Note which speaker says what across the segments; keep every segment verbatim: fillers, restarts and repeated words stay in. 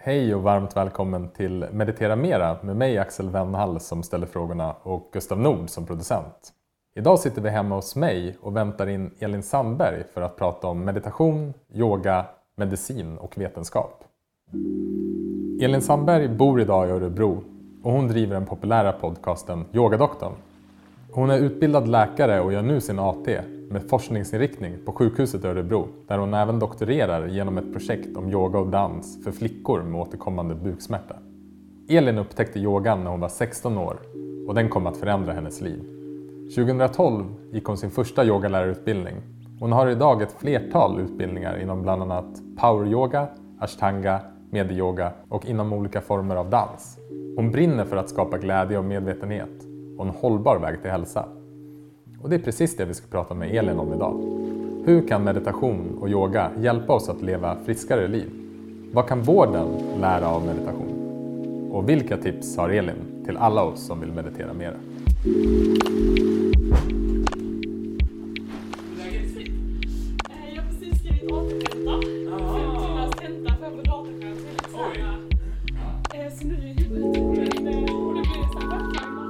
Speaker 1: Hej och varmt välkommen till Meditera Mera med mig Axel Wennhall som ställer frågorna och Gustav Nord som producent. Idag sitter vi hemma hos mig och väntar in Elin Sandberg för att prata om meditation, yoga, medicin och vetenskap. Elin Sandberg bor idag i Örebro och hon driver den populära podcasten Yogadoktorn. Hon är utbildad läkare och gör nu sin A T med forskningsinriktning på sjukhuset i Örebro där hon även doktorerar genom ett projekt om yoga och dans för flickor med återkommande buksmärta. Elin upptäckte yogan när hon var sexton år och den kom att förändra hennes liv. tjugohundratolv gick hon sin första yogalärarutbildning. Hon har idag ett flertal utbildningar inom bland annat power yoga, ashtanga, medyoga och inom olika former av dans. Hon brinner för att skapa glädje och medvetenhet och en hållbar väg till hälsa. Och det är precis det vi ska prata med Elin om idag. Hur kan meditation och yoga hjälpa oss att leva friskare liv? Vad kan vården lära av meditation? Och vilka tips har Elin till alla oss som vill meditera mer?
Speaker 2: Jag har precis skrivit återtenta. Fem timmars tenta för på datorskärm. Så nu är det i huvudet. Det blir så här vackert.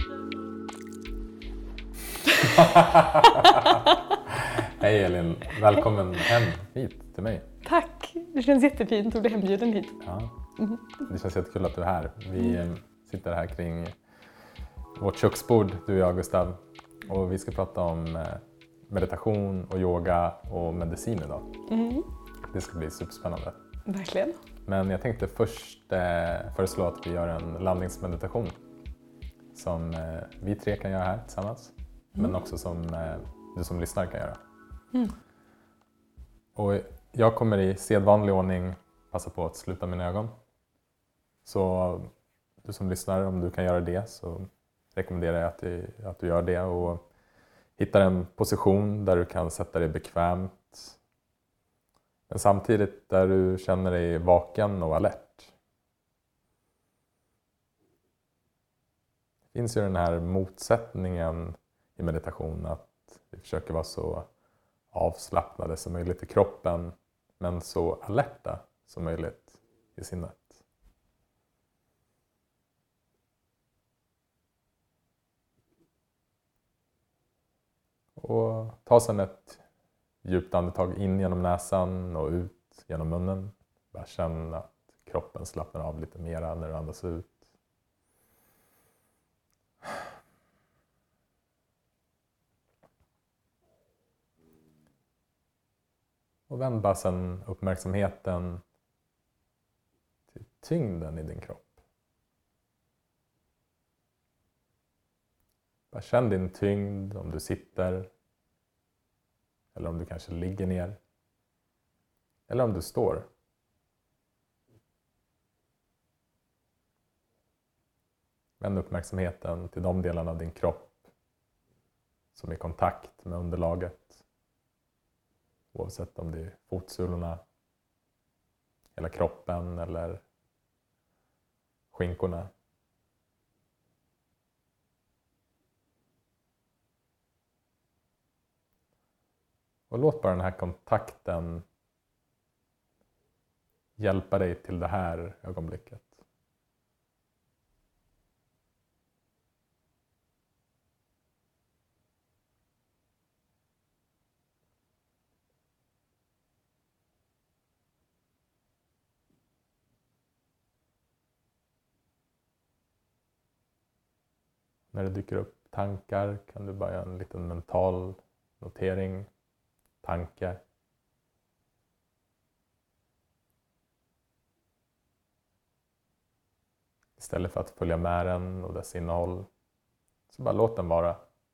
Speaker 1: Hej Elin, välkommen hem hit till mig.
Speaker 2: Tack, det känns jättefint att bli hembjuden hit.
Speaker 1: Ja, det känns jättekul att du är här. Vi sitter här kring vårt köksbord, du och jag Gustav. Och vi ska prata om meditation och yoga och medicin idag. Mm. Det ska bli superspännande.
Speaker 2: Verkligen.
Speaker 1: Men jag tänkte först eh, föreslå att vi gör en landningsmeditation. Som eh, vi tre kan göra här tillsammans. Mm. Men också som eh, du som lyssnar kan göra. Mm. Och jag kommer i sedvanlig ordning passa på att sluta mina ögon. Så du som lyssnar, om du kan göra det så rekommenderar jag att du, att du gör det. Och hittar en position där du kan sätta dig bekvämt. Men samtidigt där du känner dig vaken och alert. Det finns ju den här motsättningen i meditation att vi försöker vara så avslappnade som möjligt i kroppen men så alerta som möjligt i sinnet. Och ta sedan ett djupt andetag in genom näsan och ut genom munnen. Bara känna att kroppen slappnar av lite mera när du andas ut. Och vänd bara sedan uppmärksamheten till tyngden i din kropp. Bara känn din tyngd om du sitter. Eller om du kanske ligger ner. Eller om du står. Vänd uppmärksamheten till de delarna av din kropp som är i kontakt med underlaget. Oavsett om det är fotsulorna, hela kroppen eller skinkorna. Och låt bara den här kontakten hjälpa dig till det här ögonblicket. När det dyker upp tankar kan du bara göra en liten mental notering, tanke. Istället för att följa med den och dess innehåll, så bara låt den vara.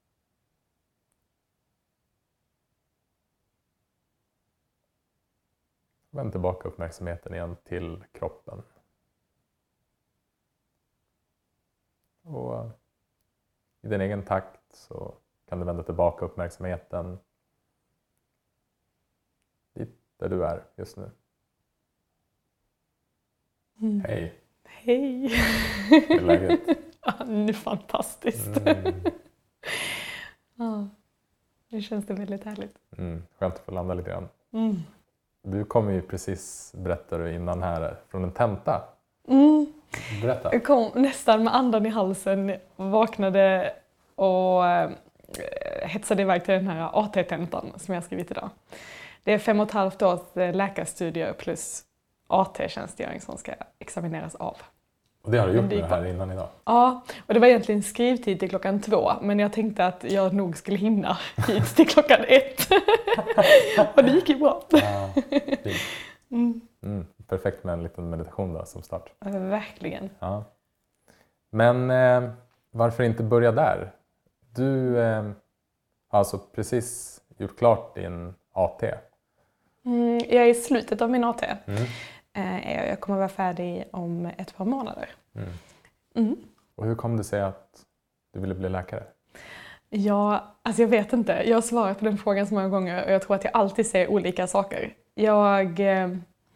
Speaker 1: Vänd tillbaka uppmärksamheten igen till kroppen. Och i din egen takt så kan du vända tillbaka uppmärksamheten dit där du är just nu.
Speaker 2: Mm.
Speaker 1: Hej!
Speaker 2: Hej!
Speaker 1: Hur är läget?
Speaker 2: Ja, det är fantastiskt.
Speaker 1: Mm.
Speaker 2: Ja, det känns det väldigt härligt.
Speaker 1: Mm. Skönt att få landa lite grann.
Speaker 2: Mm.
Speaker 1: Du kom ju precis, berättade du innan här, från en tenta.
Speaker 2: Mm.
Speaker 1: Berätta.
Speaker 2: Jag kom nästan med andan i halsen, vaknade och eh, hetsade iväg till den här A T-tentan som jag har skrivit idag. Det är fem och ett halvt års läkarstudier plus A T-tjänstgöring som ska examineras av.
Speaker 1: Och det har du gjort nu här innan idag?
Speaker 2: Ja, och det var egentligen skrivtid till klockan två, men jag tänkte att jag nog skulle hinna hit till klockan ett. Och det gick ju bra.
Speaker 1: Ja, fint. Mm. Mm, perfekt med en liten meditation då som start.
Speaker 2: Verkligen.
Speaker 1: Ja. Men eh, varför inte börja där? Du eh, har alltså precis gjort klart din A T.
Speaker 2: Mm, jag är i slutet av min A T.
Speaker 1: Mm.
Speaker 2: Eh, jag kommer vara färdig om ett par månader.
Speaker 1: Mm.
Speaker 2: Mm.
Speaker 1: Och hur kom det sig att du ville bli läkare?
Speaker 2: Ja, alltså jag vet inte. Jag har svarat på den frågan så många gånger och jag tror att jag alltid säger olika saker. Jag, eh,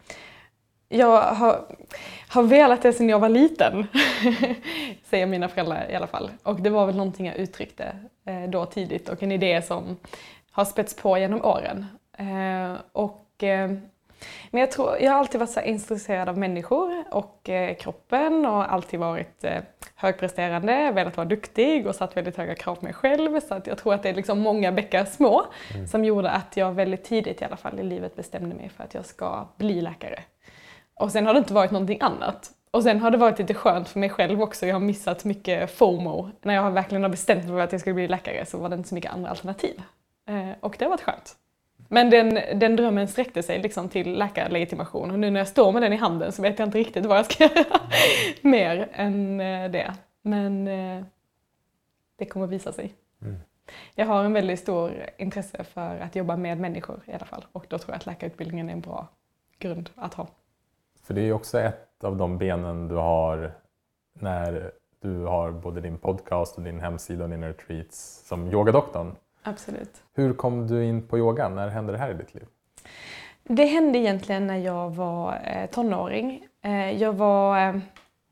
Speaker 2: jag har, har velat det sedan jag var liten, säger mina föräldrar i alla fall. Och det var väl någonting jag uttryckte eh, då tidigt och en idé som har spets på genom åren. Eh, och, eh, men jag, tror, jag har alltid varit så intresserad av människor och eh, kroppen och alltid varit eh, högpresterande, velat vara duktig och satt väldigt höga krav på mig själv. Så att jag tror att det är liksom många bäckar små mm. som gjorde att jag väldigt tidigt i alla fall i livet bestämde mig för att jag ska bli läkare. Och sen har det inte varit någonting annat. Och sen har det varit lite skönt för mig själv också. Jag har missat mycket FOMO. När jag verkligen har bestämt mig för att jag skulle bli läkare så var det inte så mycket andra alternativ. Eh, och det har varit skönt. Men den, den drömmen sträckte sig liksom till läkarlegitimation. Och nu när jag står med den i handen så vet jag inte riktigt vad jag ska göra mer än det. Men eh, det kommer att visa sig. Mm. Jag har en väldigt stor intresse för att jobba med människor i alla fall. Och då tror jag att läkarutbildningen är en bra grund att ha.
Speaker 1: För det är ju också ett av de benen du har när du har både din podcast och din hemsida och dina retreats som yogadoktorn.
Speaker 2: Absolut.
Speaker 1: Hur kom du in på yoga? När hände det här i ditt liv?
Speaker 2: Det hände egentligen när jag var tonåring. Jag var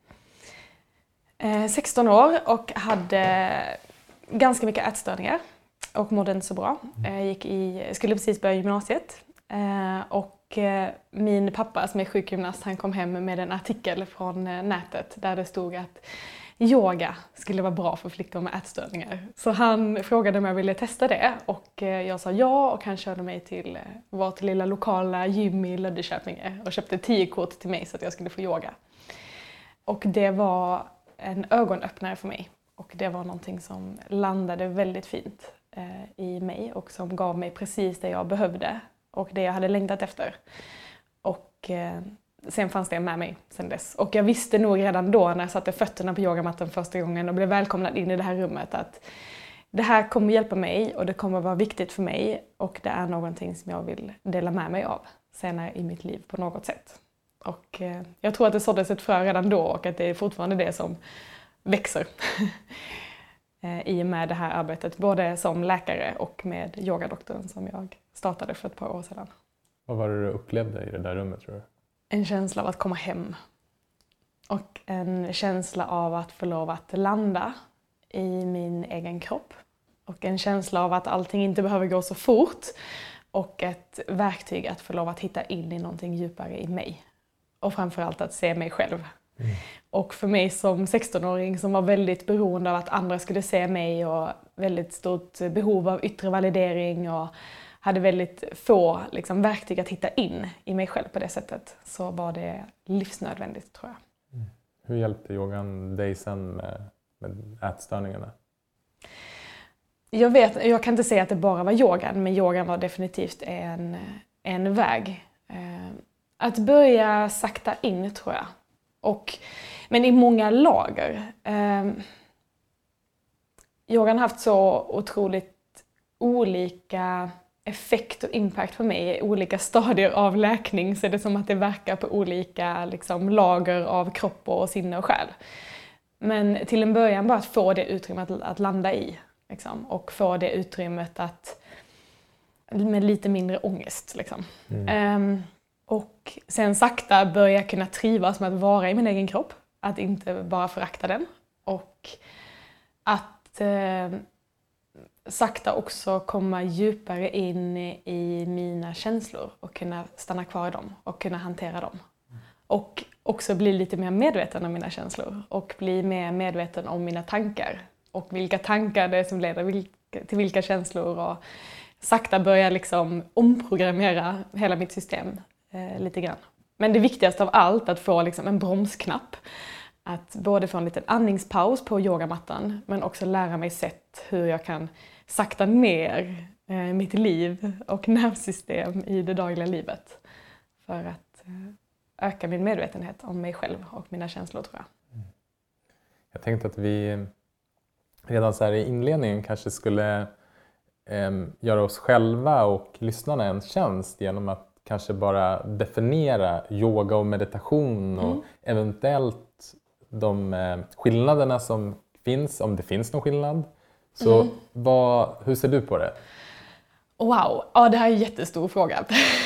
Speaker 2: sexton år och hade ganska mycket ätstörningar och mådde inte så bra. Jag gick i, skulle precis börja gymnasiet och min pappa som är sjukgymnast, han kom hem med en artikel från nätet där det stod att yoga skulle vara bra för flickor med ätstörningar. Så han frågade om jag ville testa det och jag sa ja och han körde mig till vårt lilla lokala gym i Löddeköpinge och köpte tio kort till mig så att jag skulle få yoga. Och det var en ögonöppnare för mig och det var någonting som landade väldigt fint i mig och som gav mig precis det jag behövde och det jag hade längtat efter. Och sen fanns det med mig sen dess. Och jag visste nog redan då när jag satte fötterna på yogamattan första gången och blev välkomnad in i det här rummet att det här kommer hjälpa mig och det kommer vara viktigt för mig och det är någonting som jag vill dela med mig av senare i mitt liv på något sätt. Och eh, jag tror att det såddes ett frö redan då och att det är fortfarande det som växer i och med det här arbetet, både som läkare och med yogadoktorn som jag startade för ett par år sedan.
Speaker 1: Vad var det du upplevde i det där rummet, tror du?
Speaker 2: En känsla av att komma hem. Och en känsla av att få lov att landa i min egen kropp. Och en känsla av att allting inte behöver gå så fort. Och ett verktyg att få lov att hitta in i någonting djupare i mig. Och framförallt att se mig själv. Mm. Och för mig som sexton-åring som var väldigt beroende av att andra skulle se mig och väldigt stort behov av yttre validering och hade väldigt få liksom, verktyg att hitta in i mig själv på det sättet, så var det livsnödvändigt, tror jag.
Speaker 1: Mm. Hur hjälpte yogan dig sen med, med ätstörningarna?
Speaker 2: Jag vet, jag kan inte säga att det bara var yogan, men yogan var definitivt en, en väg. Eh, att börja sakta in, tror jag. Och, men i många lager. Eh, yogan har haft så otroligt olika effekt och impact på mig i olika stadier av läkning, så är det som att det verkar på olika liksom, lager av kropp och sinne och själ. Men till en början bara att få det utrymmet att, att landa i liksom, och få det utrymmet att med lite mindre ångest. Liksom. Mm. Um, och sen sakta börja kunna trivas med att vara i min egen kropp, att inte bara förakta den och att uh, sakta också komma djupare in i mina känslor och kunna stanna kvar i dem och kunna hantera dem. Och också bli lite mer medveten om mina känslor och bli mer medveten om mina tankar och vilka tankar det är som leder till vilka känslor och sakta börja liksom omprogrammera hela mitt system eh, lite grann. Men det viktigaste av allt är att få liksom en bromsknapp. Att både få en liten andningspaus på yogamattan men också lära mig sätt hur jag kan sakta ner eh, mitt liv och nervsystem i det dagliga livet. För att eh, öka min medvetenhet om mig själv och mina känslor, tror jag.
Speaker 1: Mm. Jag tänkte att vi redan så här i inledningen kanske skulle eh, göra oss själva och lyssnarna en tjänst genom att kanske bara definiera yoga och meditation och mm. eventuellt de eh, skillnaderna som finns, om det finns någon skillnad. Så mm. vad, hur ser du på det?
Speaker 2: Wow, ja, det här är en jättestor fråga.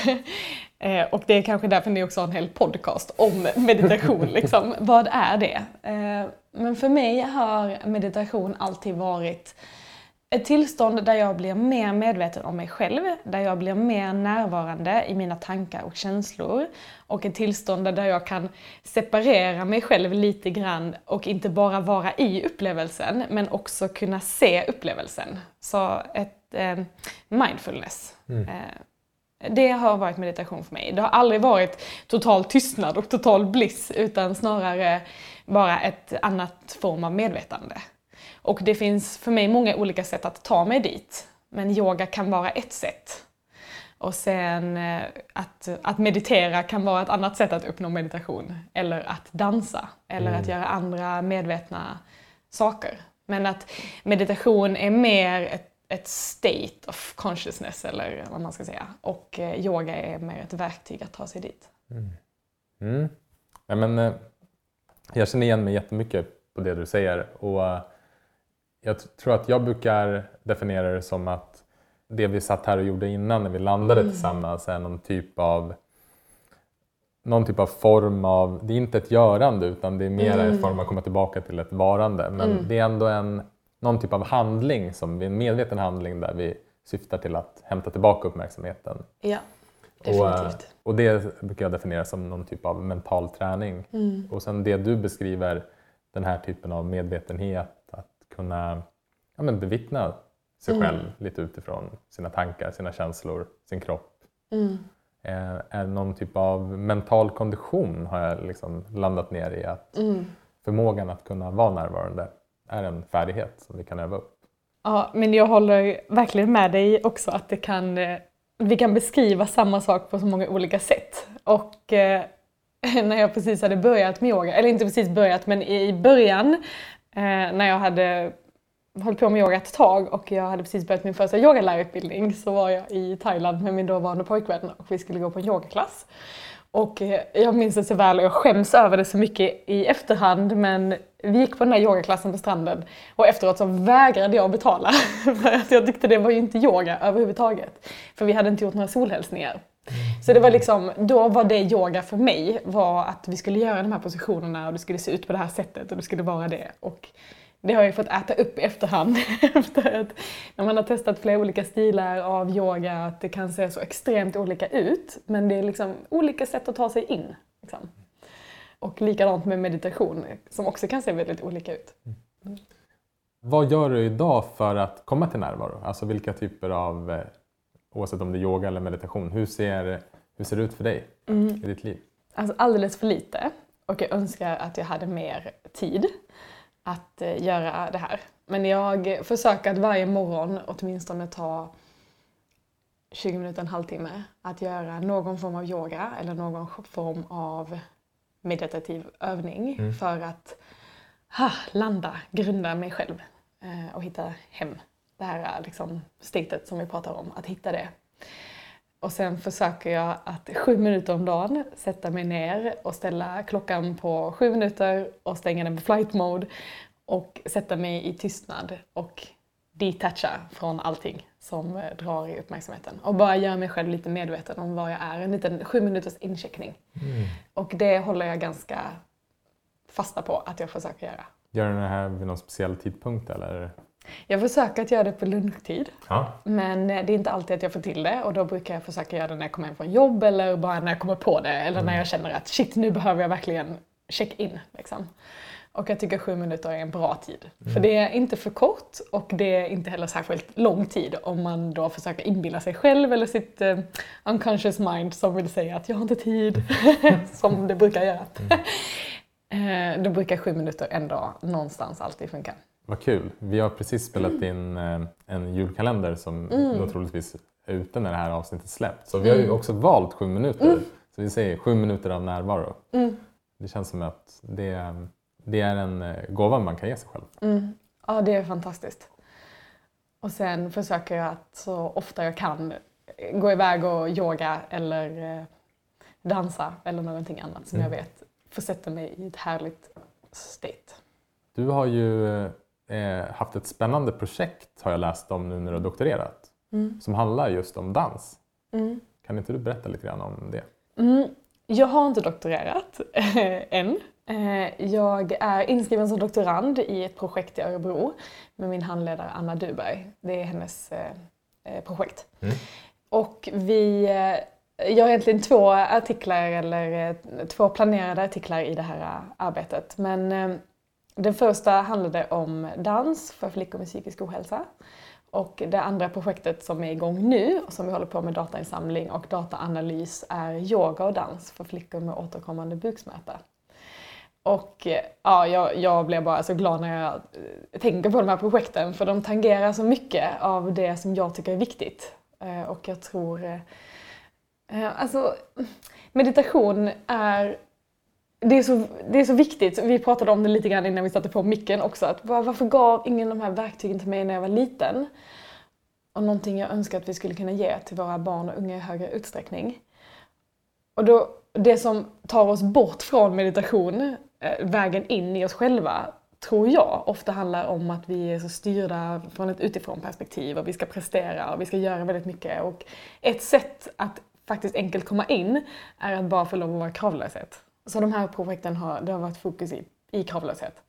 Speaker 2: eh, och det är kanske därför ni också har en hel podcast om meditation. liksom. Vad är det? Eh, men för mig har meditation alltid varit ett tillstånd där jag blir mer medveten om mig själv, där jag blir mer närvarande i mina tankar och känslor. Och ett tillstånd där jag kan separera mig själv lite grann och inte bara vara i upplevelsen, men också kunna se upplevelsen. Så ett eh, mindfulness. Mm. Eh, det har varit meditation för mig. Det har aldrig varit total tystnad och total bliss, utan snarare bara ett annat form av medvetande. Och det finns för mig många olika sätt att ta mig dit. Men yoga kan vara ett sätt. Och sen att, att meditera kan vara ett annat sätt att uppnå meditation. Eller att dansa. Eller mm. att göra andra medvetna saker. Men att meditation är mer ett, ett state of consciousness, eller vad man ska säga. Och yoga är mer ett verktyg att ta sig dit.
Speaker 1: Mm. Mm. Ja, men, jag känner igen mig jättemycket på det du säger. Och jag tror att jag brukar definiera det som att det vi satt här och gjorde innan när vi landade mm. tillsammans är någon typ av någon typ av form av, det är inte ett görande utan det är mer mm. en form att komma tillbaka till ett varande. Men mm. det är ändå en, någon typ av handling, som är en medveten handling där vi syftar till att hämta tillbaka uppmärksamheten.
Speaker 2: Ja, definitivt.
Speaker 1: Och, och det brukar jag definiera som någon typ av mental träning. Mm. Och sen det du beskriver, den här typen av medvetenhet, att kunna ja, men bevittna sig mm. själv lite utifrån sina tankar, sina känslor, sin kropp. Mm. Är, är någon typ av mental kondition har jag liksom landat ner i. Att mm. förmågan att kunna vara närvarande är en färdighet som vi kan öva upp.
Speaker 2: Ja, men jag håller verkligen med dig också att det kan, vi kan beskriva samma sak på så många olika sätt. Och eh, när jag precis hade börjat med yoga, eller inte precis börjat men i början eh, när jag hade hållit på med yoga ett tag och jag hade precis börjat min första yogalärarutbildning, så var jag i Thailand med min dåvarande pojkvän och vi skulle gå på en yogaklass. Och jag minns det så väl och jag skäms över det så mycket i efterhand, men vi gick på den här yogaklassen på stranden och efteråt så vägrade jag betala för att jag tyckte det var ju inte yoga överhuvudtaget. För vi hade inte gjort några solhälsningar. Så det var liksom, då var det yoga för mig, var att vi skulle göra de här positionerna och det skulle se ut på det här sättet och det skulle vara det. Och det har jag fått äta upp i efterhand efter att när man har testat flera olika stilar av yoga, att det kan se så extremt olika ut, men det är liksom olika sätt att ta sig in. Liksom. Och likadant med meditation som också kan se väldigt olika ut. Mm.
Speaker 1: Vad gör du idag för att komma till närvaro? Alltså vilka typer av, oavsett om det är yoga eller meditation, hur ser, hur ser det ut för dig mm. i ditt liv?
Speaker 2: Alltså alldeles för lite, och jag önskar att jag hade mer tid att göra det här. Men jag försöker att varje morgon åtminstone ta tjugo minuter, en halvtimme att göra någon form av yoga eller någon form av meditativ övning mm. för att ha, landa, grunda mig själv eh, och hitta hem. Det här är liksom statet som vi pratar om, att hitta det. Och sen försöker jag att sju minuter om dagen sätta mig ner och ställa klockan på sju minuter och stänga den på flight mode och sätta mig i tystnad och detacha från allting som drar i uppmärksamheten. Och bara göra mig själv lite medveten om vad jag är. En liten sju minuters incheckning. Mm. Och det håller jag ganska fasta på att jag försöker göra.
Speaker 1: Gör du det här vid någon speciell tidpunkt eller?
Speaker 2: Jag försöker att göra det på lunchtid,
Speaker 1: Ja.
Speaker 2: men det är inte alltid att jag får till det. Och då brukar jag försöka göra det när jag kommer hem från jobb eller bara när jag kommer på det. Eller mm. när jag känner att shit, nu behöver jag verkligen check in. Liksom. Och jag tycker sju minuter är en bra tid. Mm. För det är inte för kort och det är inte heller särskilt lång tid om man då försöker inbilla sig själv eller sitt uh, unconscious mind som vill säga att jag har inte tid, som det brukar göra. Mm. uh, då brukar sju minuter ändå någonstans alltid funka.
Speaker 1: Vad kul. Vi har precis spelat in uh, en julkalender som mm. då troligtvis är ute när det här avsnittet släppt. Så vi har ju också valt sju minuter. Mm. Så vi säger sju minuter av närvaro. Mm. Det känns som att det är... Det är en gåva man kan ge sig själv.
Speaker 2: Mm. Ja, det är fantastiskt. Och sen försöker jag att så ofta jag kan gå iväg och yoga eller dansa eller någonting annat som mm. jag vet försätter mig i ett härligt state.
Speaker 1: Du har ju eh, haft ett spännande projekt har jag läst om nu när du har doktorerat. Mm. Som handlar just om dans. Mm. Kan inte du berätta lite grann om det?
Speaker 2: Mm. Jag har inte doktorerat än. Jag är inskriven som doktorand i ett projekt i Örebro med min handledare Anna Duberg. Det är hennes eh, projekt. Mm. Och vi, jag har egentligen två artiklar eller två planerade artiklar i det här arbetet. Men eh, den första handlade om dans för flickor med psykisk ohälsa. Och det andra projektet som är igång nu och som vi håller på med datainsamling och dataanalys är yoga och dans för flickor med återkommande buksmärta. Och ja, jag, jag blev bara så glad när jag tänker på de här projekten för de tangerar så mycket av det som jag tycker är viktigt. Och jag tror... Alltså, meditation är... Det är, så, det är så viktigt. Vi pratade om det lite grann innan vi satte på micken också. Att bara, varför gav ingen de här verktygen till mig när jag var liten? Och någonting jag önskar att vi skulle kunna ge till våra barn och unga i högre utsträckning. Och då, det som tar oss bort från meditation, eh, vägen in i oss själva, tror jag ofta handlar om att vi är så styrda från ett utifrån perspektiv och vi ska prestera och vi ska göra väldigt mycket. Och ett sätt att faktiskt enkelt komma in är att bara få lov att vara kravlöshet. Så de här projekten har, det har varit fokus i, i kravlöshet.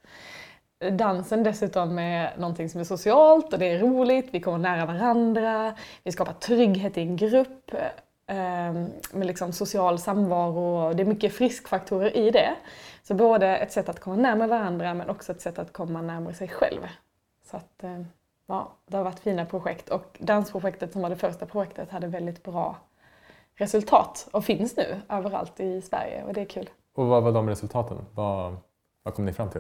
Speaker 2: Dansen dessutom är någonting som är socialt och det är roligt, vi kommer nära varandra, vi skapar trygghet i en grupp eh, med liksom social samvaro. Det är mycket friskfaktorer i det. Så både ett sätt att komma närmare varandra men också ett sätt att komma närmare sig själv. Så att, eh, ja, det har varit fina projekt och dansprojektet som var det första projektet hade väldigt bra resultat och finns nu överallt i Sverige och det är kul.
Speaker 1: Och vad var de resultaten? Vad, vad kom ni fram till?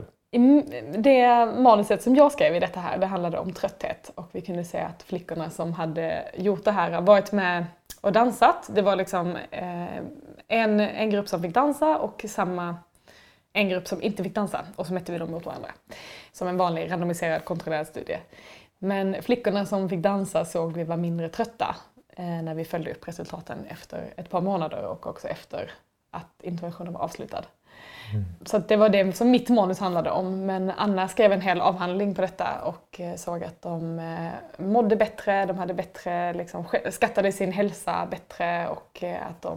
Speaker 2: Det manuset som jag skrev i detta här, det handlade om trötthet och vi kunde se att flickorna som hade gjort det här har varit med och dansat. Det var liksom eh, en, en grupp som fick dansa och samma en grupp som inte fick dansa och så mätte vi dem mot varandra. Som en vanlig randomiserad kontrollerad studie. Men flickorna som fick dansa såg vi var mindre trötta eh, när vi följde upp resultaten efter ett par månader och också efter att interventionen var avslutad. Mm. Så det var det som mitt manus handlade om. Men Anna skrev en hel avhandling på detta och såg att de mådde bättre, de hade bättre, liksom, skattade sin hälsa bättre och att de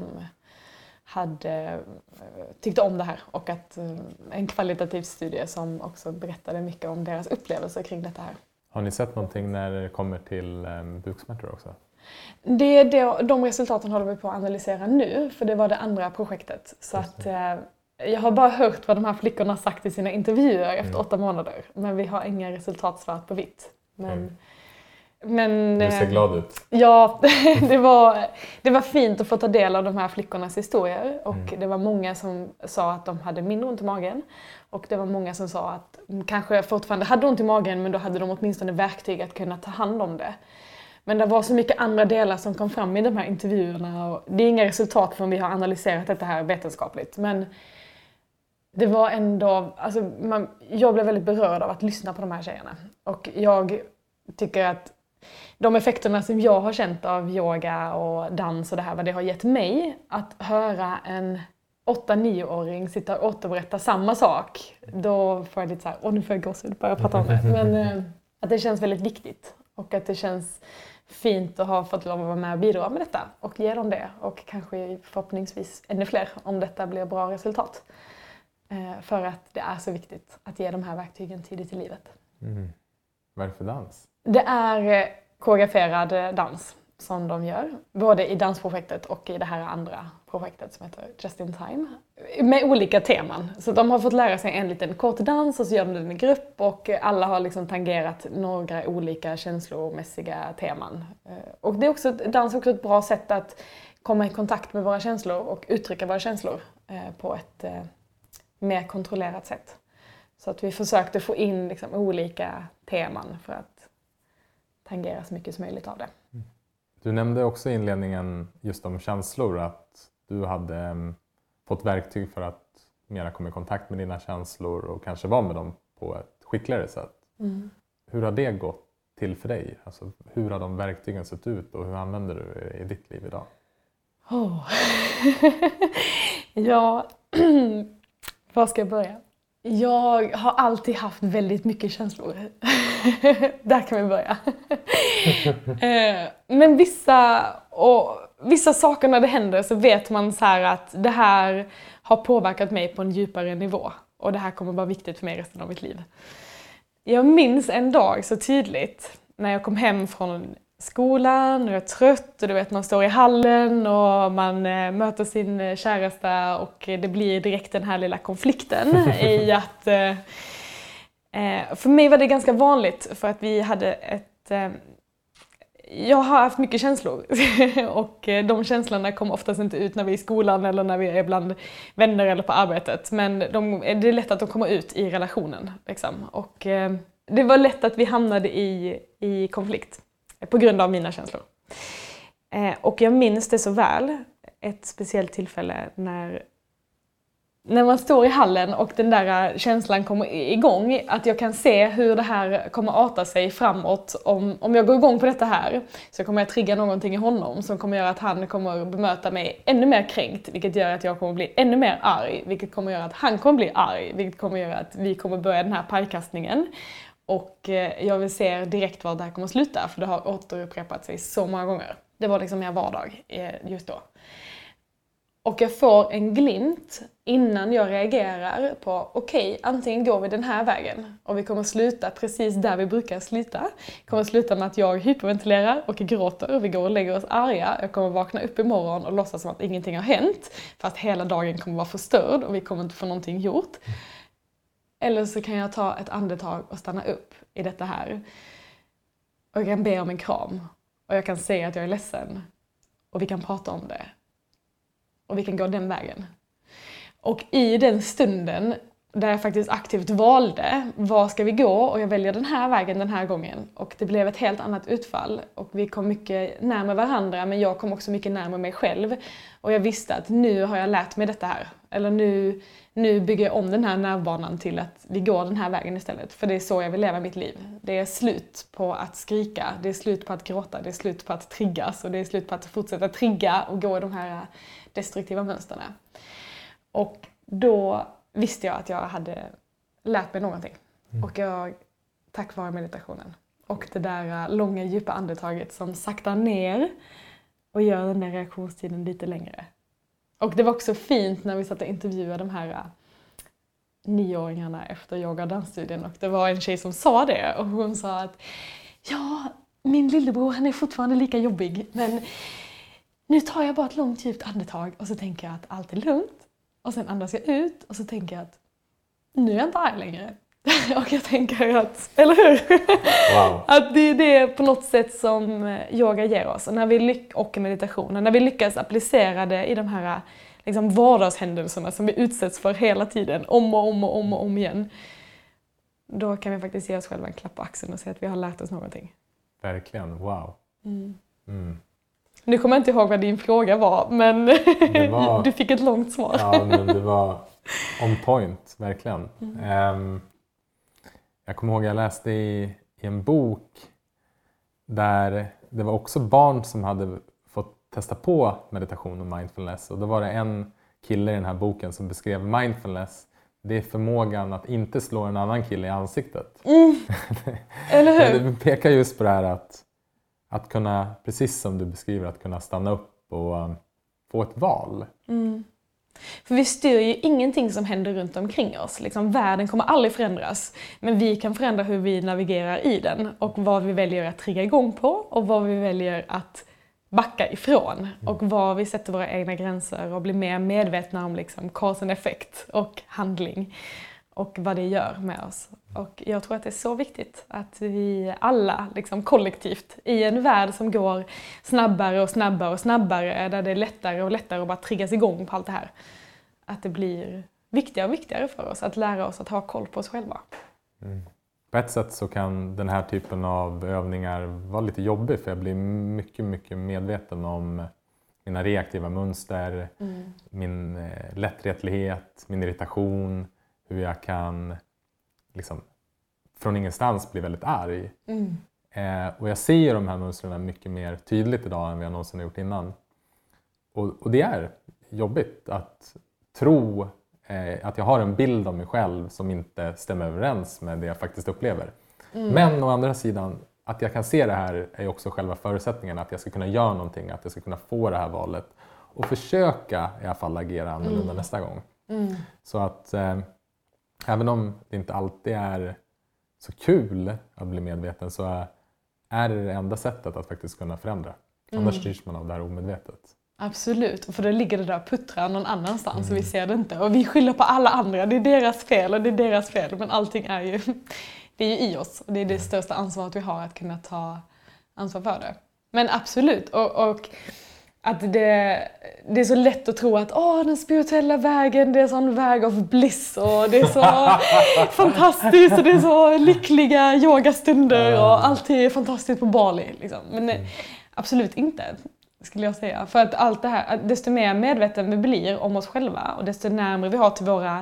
Speaker 2: hade, tyckte om det här. Och att en kvalitativ studie som också berättade mycket om deras upplevelser kring detta här.
Speaker 1: Har ni sett någonting när det kommer till buksmärtor också?
Speaker 2: Det är det, de resultaten håller vi på att analysera nu, för det var det andra projektet. Så att, eh, jag har bara hört vad de här flickorna har sagt i sina intervjuer efter mm. åtta månader. Men vi har inga resultat svart på vitt. Men, mm. men,
Speaker 1: du ser glad ut.
Speaker 2: Ja, det var, det var fint att få ta del av de här flickornas historier. Och mm. det var många som sa att de hade mindre ont i magen. Och det var många som sa att kanske fortfarande hade ont i magen, men då hade de åtminstone verktyg att kunna ta hand om det. Men det var så mycket andra delar som kom fram i de här intervjuerna. Och det är inga resultat förrän vi har analyserat detta här vetenskapligt. Men det var ändå, alltså, man, jag blev väldigt berörd av att lyssna på de här tjejerna. Och jag tycker att de effekterna som jag har känt av yoga och dans och det här, vad det har gett mig, att höra en åtta-nio-åring sitta och återberätta samma sak, då får jag lite så här, åh nu får jag gåshud bara prata om det. Men eh, att det känns väldigt viktigt och att det känns fint att ha fått lov att vara med och bidra med detta och ge dem det. Och kanske förhoppningsvis ännu fler om detta blir bra resultat. Eh, för att det är så viktigt att ge de här verktygen tidigt i livet.
Speaker 1: Mm. Vad är det för dans?
Speaker 2: Det är koreograferad dans som de gör. Både i dansprojektet och i det här andra projektet som heter Just in Time. Med olika teman. Så de har fått lära sig en liten kort dans och så gör de den i grupp. Och alla har liksom tangerat några olika känslomässiga teman. Och det är också, dans är också ett bra sätt att komma i kontakt med våra känslor och uttrycka våra känslor på ett mer kontrollerat sätt. Så att vi försökte få in liksom olika teman för att tangera så mycket som möjligt av det.
Speaker 1: Du nämnde också i inledningen just om känslor, att du hade um, fått verktyg för att mera komma i kontakt med dina känslor och kanske vara med dem på ett skickligare sätt. Mm. Hur har det gått till för dig? Alltså, hur har de verktygen sett ut och hur använder du det i ditt liv idag?
Speaker 2: Oh. Ja, var ska jag börja? Jag har alltid haft väldigt mycket känslor. Där kan vi börja. Men vissa, och vissa saker när det händer så vet man så här att det här har påverkat mig på en djupare nivå. Och det här kommer vara viktigt för mig resten av mitt liv. Jag minns en dag så tydligt när jag kom hem från skolan och jag är trött och du vet man står i hallen och man eh, möter sin käresta och det blir direkt den här lilla konflikten i att eh, eh, för mig var det ganska vanligt för att vi hade ett eh, jag har haft mycket känslor och eh, de känslorna kommer oftast inte ut när vi är i skolan eller när vi är bland vänner eller på arbetet, men de, det är lätt att de kommer ut i relationen liksom. Och eh, det var lätt att vi hamnade i, i konflikt på grund av mina känslor. Eh, och jag minns det så väl, ett speciellt tillfälle när, när man står i hallen och den där känslan kommer igång. Att jag kan se hur det här kommer arta sig framåt. Om, om jag går igång på detta här så kommer jag trigga någonting i honom som kommer göra att han kommer bemöta mig ännu mer kränkt. Vilket gör att jag kommer bli ännu mer arg. Vilket kommer göra att han kommer bli arg. Vilket kommer göra att vi kommer börja den här pajkastningen. Och jag vill se direkt var det här kommer sluta, för det har återupprepat sig så många gånger. Det var liksom min vardag just då. Och jag får en glimt innan jag reagerar på okej, okay, antingen går vi den här vägen och vi kommer sluta precis där vi brukar sluta. Vi kommer sluta med att jag hyperventilerar och gråter och vi går och lägger oss arga. Jag kommer vakna upp imorgon och låtsas som att ingenting har hänt, fast hela dagen kommer vara förstörd och vi kommer inte få någonting gjort. Eller så kan jag ta ett andetag och stanna upp i detta här. Och jag kan be om en kram. Och jag kan säga att jag är ledsen. Och vi kan prata om det. Och vi kan gå den vägen. Och i den stunden där jag faktiskt aktivt valde var ska vi gå, och jag väljer den här vägen den här gången. Och det blev ett helt annat utfall. Och vi kom mycket närmare varandra, men jag kom också mycket närmare mig själv. Och jag visste att nu har jag lärt mig detta här. Eller nu, nu bygger jag om den här nervbanan till att vi går den här vägen istället. För det är så jag vill leva mitt liv. Det är slut på att skrika, det är slut på att gråta, det är slut på att triggas. Och det är slut på att fortsätta trigga och gå i de här destruktiva mönsterna. Och då visste jag att jag hade lärt mig någonting. Mm. Och jag, tack vare meditationen. Och det där långa djupa andetaget som saktar ner och gör den där reaktionstiden lite längre. Och det var också fint när vi satt och intervjuade de här nioåringarna efter yoga- och dansstudien. Och det var en tjej som sa det. Och hon sa att ja, min lillebror han är fortfarande lika jobbig. Men nu tar jag bara ett långt djupt andetag och så tänker jag att allt är lugnt. Och sen andas jag ut och så tänker jag att nu är jag inte arg längre. Och jag tänker att, eller hur? Wow. Att det är det på något sätt som yoga ger oss. Och, när vi lyck- och meditationen, när vi lyckas applicera det i de här liksom, vardagshändelserna som vi utsätts för hela tiden, om och om och om och om igen. Då kan vi faktiskt ge oss själva en klapp på axeln och säga att vi har lärt oss någonting.
Speaker 1: Verkligen, wow. Mm.
Speaker 2: Mm. Nu kommer jag inte ihåg vad din fråga var, men var, du fick ett långt svar.
Speaker 1: Ja, men det var on point, verkligen. Mm. Um, jag kommer ihåg att jag läste i, i en bok där det var också barn som hade fått testa på meditation och mindfulness. Och då var det en kille i den här boken som beskrev mindfulness. Det är förmågan att inte slå en annan kille i ansiktet. Mm. Eller hur? Det pekar just på det här att Att kunna, precis som du beskriver, att kunna stanna upp och um, få ett val. Mm.
Speaker 2: För vi styr ju ingenting som händer runt omkring oss. Liksom, världen kommer aldrig förändras. Men vi kan förändra hur vi navigerar i den. Och vad vi väljer att trigga igång på. Och vad vi väljer att backa ifrån. Och var vi sätter våra egna gränser. Och blir mer medvetna om liksom, cause and effect och handling. Och vad det gör med oss. Och jag tror att det är så viktigt att vi alla liksom, kollektivt i en värld som går snabbare och snabbare och snabbare. Där det är lättare och lättare att bara triggas igång på allt det här. Att det blir viktigare och viktigare för oss att lära oss att ha koll på oss själva.
Speaker 1: Mm. På ett sätt så kan den här typen av övningar vara lite jobbig. För jag blir mycket, mycket medveten om mina reaktiva mönster. Mm. Min eh, lättretlighet, min irritation. Hur jag kan liksom, från ingenstans bli väldigt arg. Mm. Eh, och jag ser de här mönstren mycket mer tydligt idag än vi någonsin har gjort innan. Och, och det är jobbigt att tro eh, att jag har en bild av mig själv som inte stämmer överens med det jag faktiskt upplever. Mm. Men å andra sidan, att jag kan se det här är också själva förutsättningen. Att jag ska kunna göra någonting, att jag ska kunna få det här valet. Och försöka i alla fall agera annorlunda mm. nästa gång. Mm. Så att... Eh, Även om det inte alltid är så kul att bli medveten så är det det enda sättet att faktiskt kunna förändra. Mm. Annars styrs man av det här omedvetet.
Speaker 2: Absolut, för då ligger det där puttrar någon annanstans mm. och vi ser det inte. Och vi skyller på alla andra, det är deras fel och det är deras fel. Men allting är ju, det är ju i oss och det är det största ansvaret vi har att kunna ta ansvar för det. Men absolut, och... och att det, det är så lätt att tro att åh, den spirituella vägen, det är sån väg av bliss och det är så fantastiskt och det är så lyckliga yogastunder och allt är fantastiskt på Bali. Liksom. Men nej, absolut inte, skulle jag säga. För att allt det här, desto mer medveten vi blir om oss själva och desto närmare vi har till våra,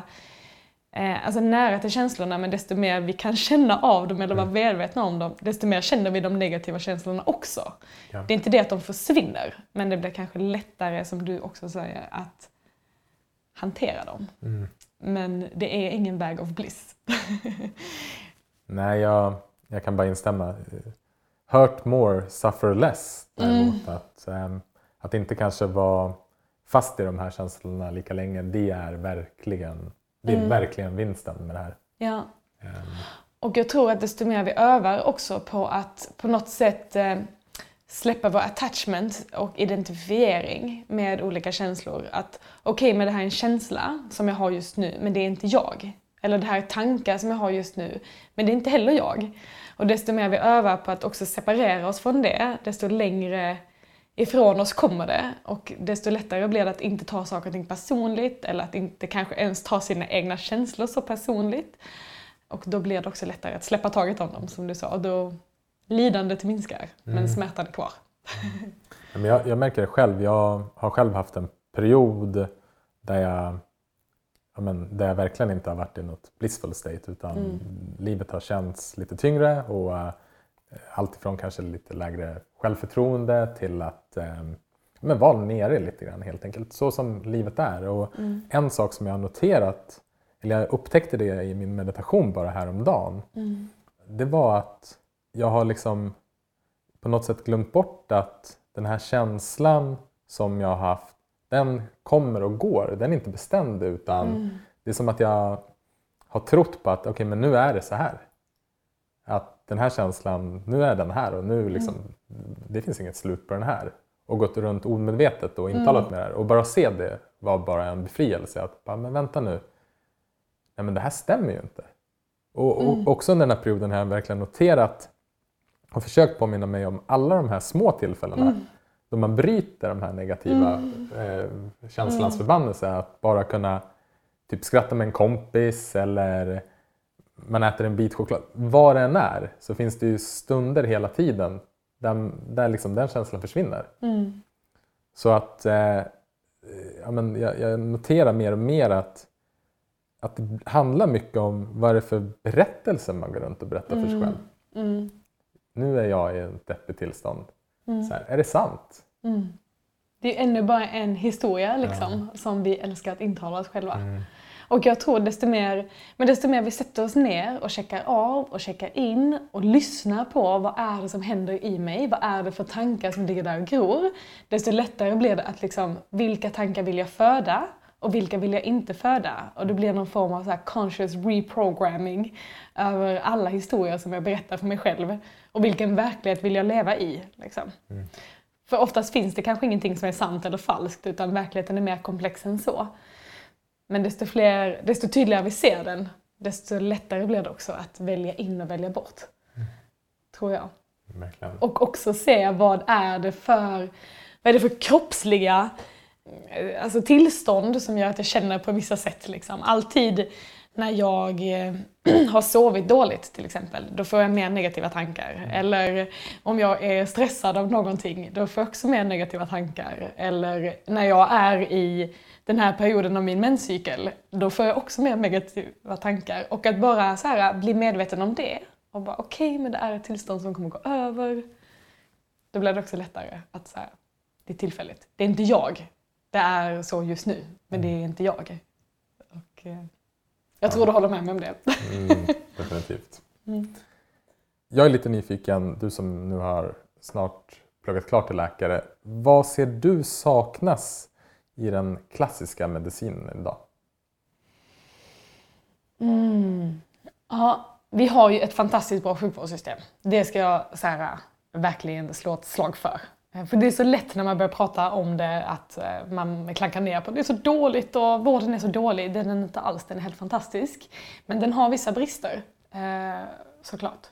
Speaker 2: eh, alltså nära till känslorna, men desto mer vi kan känna av dem eller vara medvetna om dem, desto mer känner vi de negativa känslorna också. Ja. Det är inte det att de försvinner, men det blir kanske lättare, som du också säger, att hantera dem. Mm. Men det är ingen väg of bliss.
Speaker 1: Nej, jag, jag kan bara instämma. Hurt more, suffer less. Däremot mm. att, um, att inte kanske vara fast i de här känslorna lika länge, det är verkligen... Det är mm. verkligen vinsten med det här.
Speaker 2: Ja. Um. Och jag tror att desto mer vi övar också på att på något sätt eh, släppa vår attachment och identifiering med olika känslor. Att okej, okay, men det här är en känsla som jag har just nu, men det är inte jag. Eller det här är tankar som jag har just nu, men det är inte heller jag. Och desto mer vi övar på att också separera oss från det, desto längre ifrån oss kommer det. Och desto lättare blir det att inte ta saker och ting personligt. Eller att inte kanske ens ta sina egna känslor så personligt. Och då blir det också lättare att släppa taget om dem, som du sa. Och då lidandet minskar, mm. men smärtan är kvar.
Speaker 1: Mm. Men jag, jag märker det själv. Jag har själv haft en period där jag, ja men, där jag verkligen inte har varit i något blissful state. Utan mm. livet har känts lite tyngre och uh, allt ifrån kanske lite lägre självförtroende till att eh, men vara nere lite grann helt enkelt. Så som livet är. Och mm. en sak som jag har noterat, eller jag upptäckte det i min meditation bara häromdagen. Mm. Det var att jag har liksom på något sätt glömt bort att den här känslan som jag har haft, den kommer och går. Den är inte bestämd, utan mm. det är som att jag har trott på att okej, okay, men nu är det så här. Att den här känslan, nu är den här och nu liksom, mm. det finns inget slut på den här. Och gått runt omedvetet och intalat mm. med det här. Och bara se det var bara en befrielse. Att bara, men vänta nu. Nej, men det här stämmer ju inte. Och, mm. och också under den här perioden har jag verkligen noterat och försökt påminna mig om alla de här små tillfällena. Mm. Då man bryter de här negativa mm. eh, känslans mm. förbannelse. Att bara kunna typ skratta med en kompis eller... man äter en bit choklad. Vad det än är så finns det ju stunder hela tiden där, där liksom den känslan försvinner. Mm. Så att eh, ja, men jag, jag noterar mer och mer att, att det handlar mycket om vad är det för berättelse man går runt och berättar mm. för sig själv. Mm. Nu är jag i ett deppigt tillstånd. Mm. Så här, är det sant?
Speaker 2: Mm. Det är ännu bara en historia liksom, ja. Som vi älskar att intala oss själva. Mm. Och jag tror desto mer, men desto mer vi sätter oss ner och checkar av och checkar in och lyssnar på vad är det som händer i mig, vad är det för tankar som ligger där och gror, desto lättare blir det att liksom, vilka tankar vill jag föda och vilka vill jag inte föda? Och det blir någon form av så här conscious reprogramming över alla historier som jag berättar för mig själv. Och vilken verklighet vill jag leva i? Liksom. Mm. För oftast finns det kanske ingenting som är sant eller falskt, utan verkligheten är mer komplex än så. Men desto, fler, desto tydligare vi ser den, desto lättare blir det också att välja in och välja bort. Mm. Tror jag.
Speaker 1: Verkligen.
Speaker 2: Och också se vad är det för, vad är det för kroppsliga alltså tillstånd som gör att jag känner på vissa sätt. Liksom. Alltid när jag har sovit dåligt till exempel, då får jag mer negativa tankar. Mm. Eller om jag är stressad av någonting, då får jag också mer negativa tankar. Eller när jag är i den här perioden av min menscykel, då får jag också mer negativa tankar. Och att bara så här, bli medveten om det och bara okej, okay, men det är ett tillstånd som kommer gå över. Då blir det också lättare att så här, det är tillfälligt. Det är inte jag. Det är så just nu, men det är inte jag. Och, eh, jag tror ja. Du håller med mig om det.
Speaker 1: Mm, definitivt. Mm. Jag är lite nyfiken, du som nu har snart pluggat klart till läkare. Vad ser du saknas i den klassiska medicinen idag?
Speaker 2: Mm. Ja, vi har ju ett fantastiskt bra sjukvårdssystem. Det ska jag så här, verkligen slå ett slag för. För det är så lätt när man börjar prata om det att man klankar ner på det. Det är så dåligt och vården är så dålig. Den är inte alls, den är helt fantastisk. Men den har vissa brister, såklart.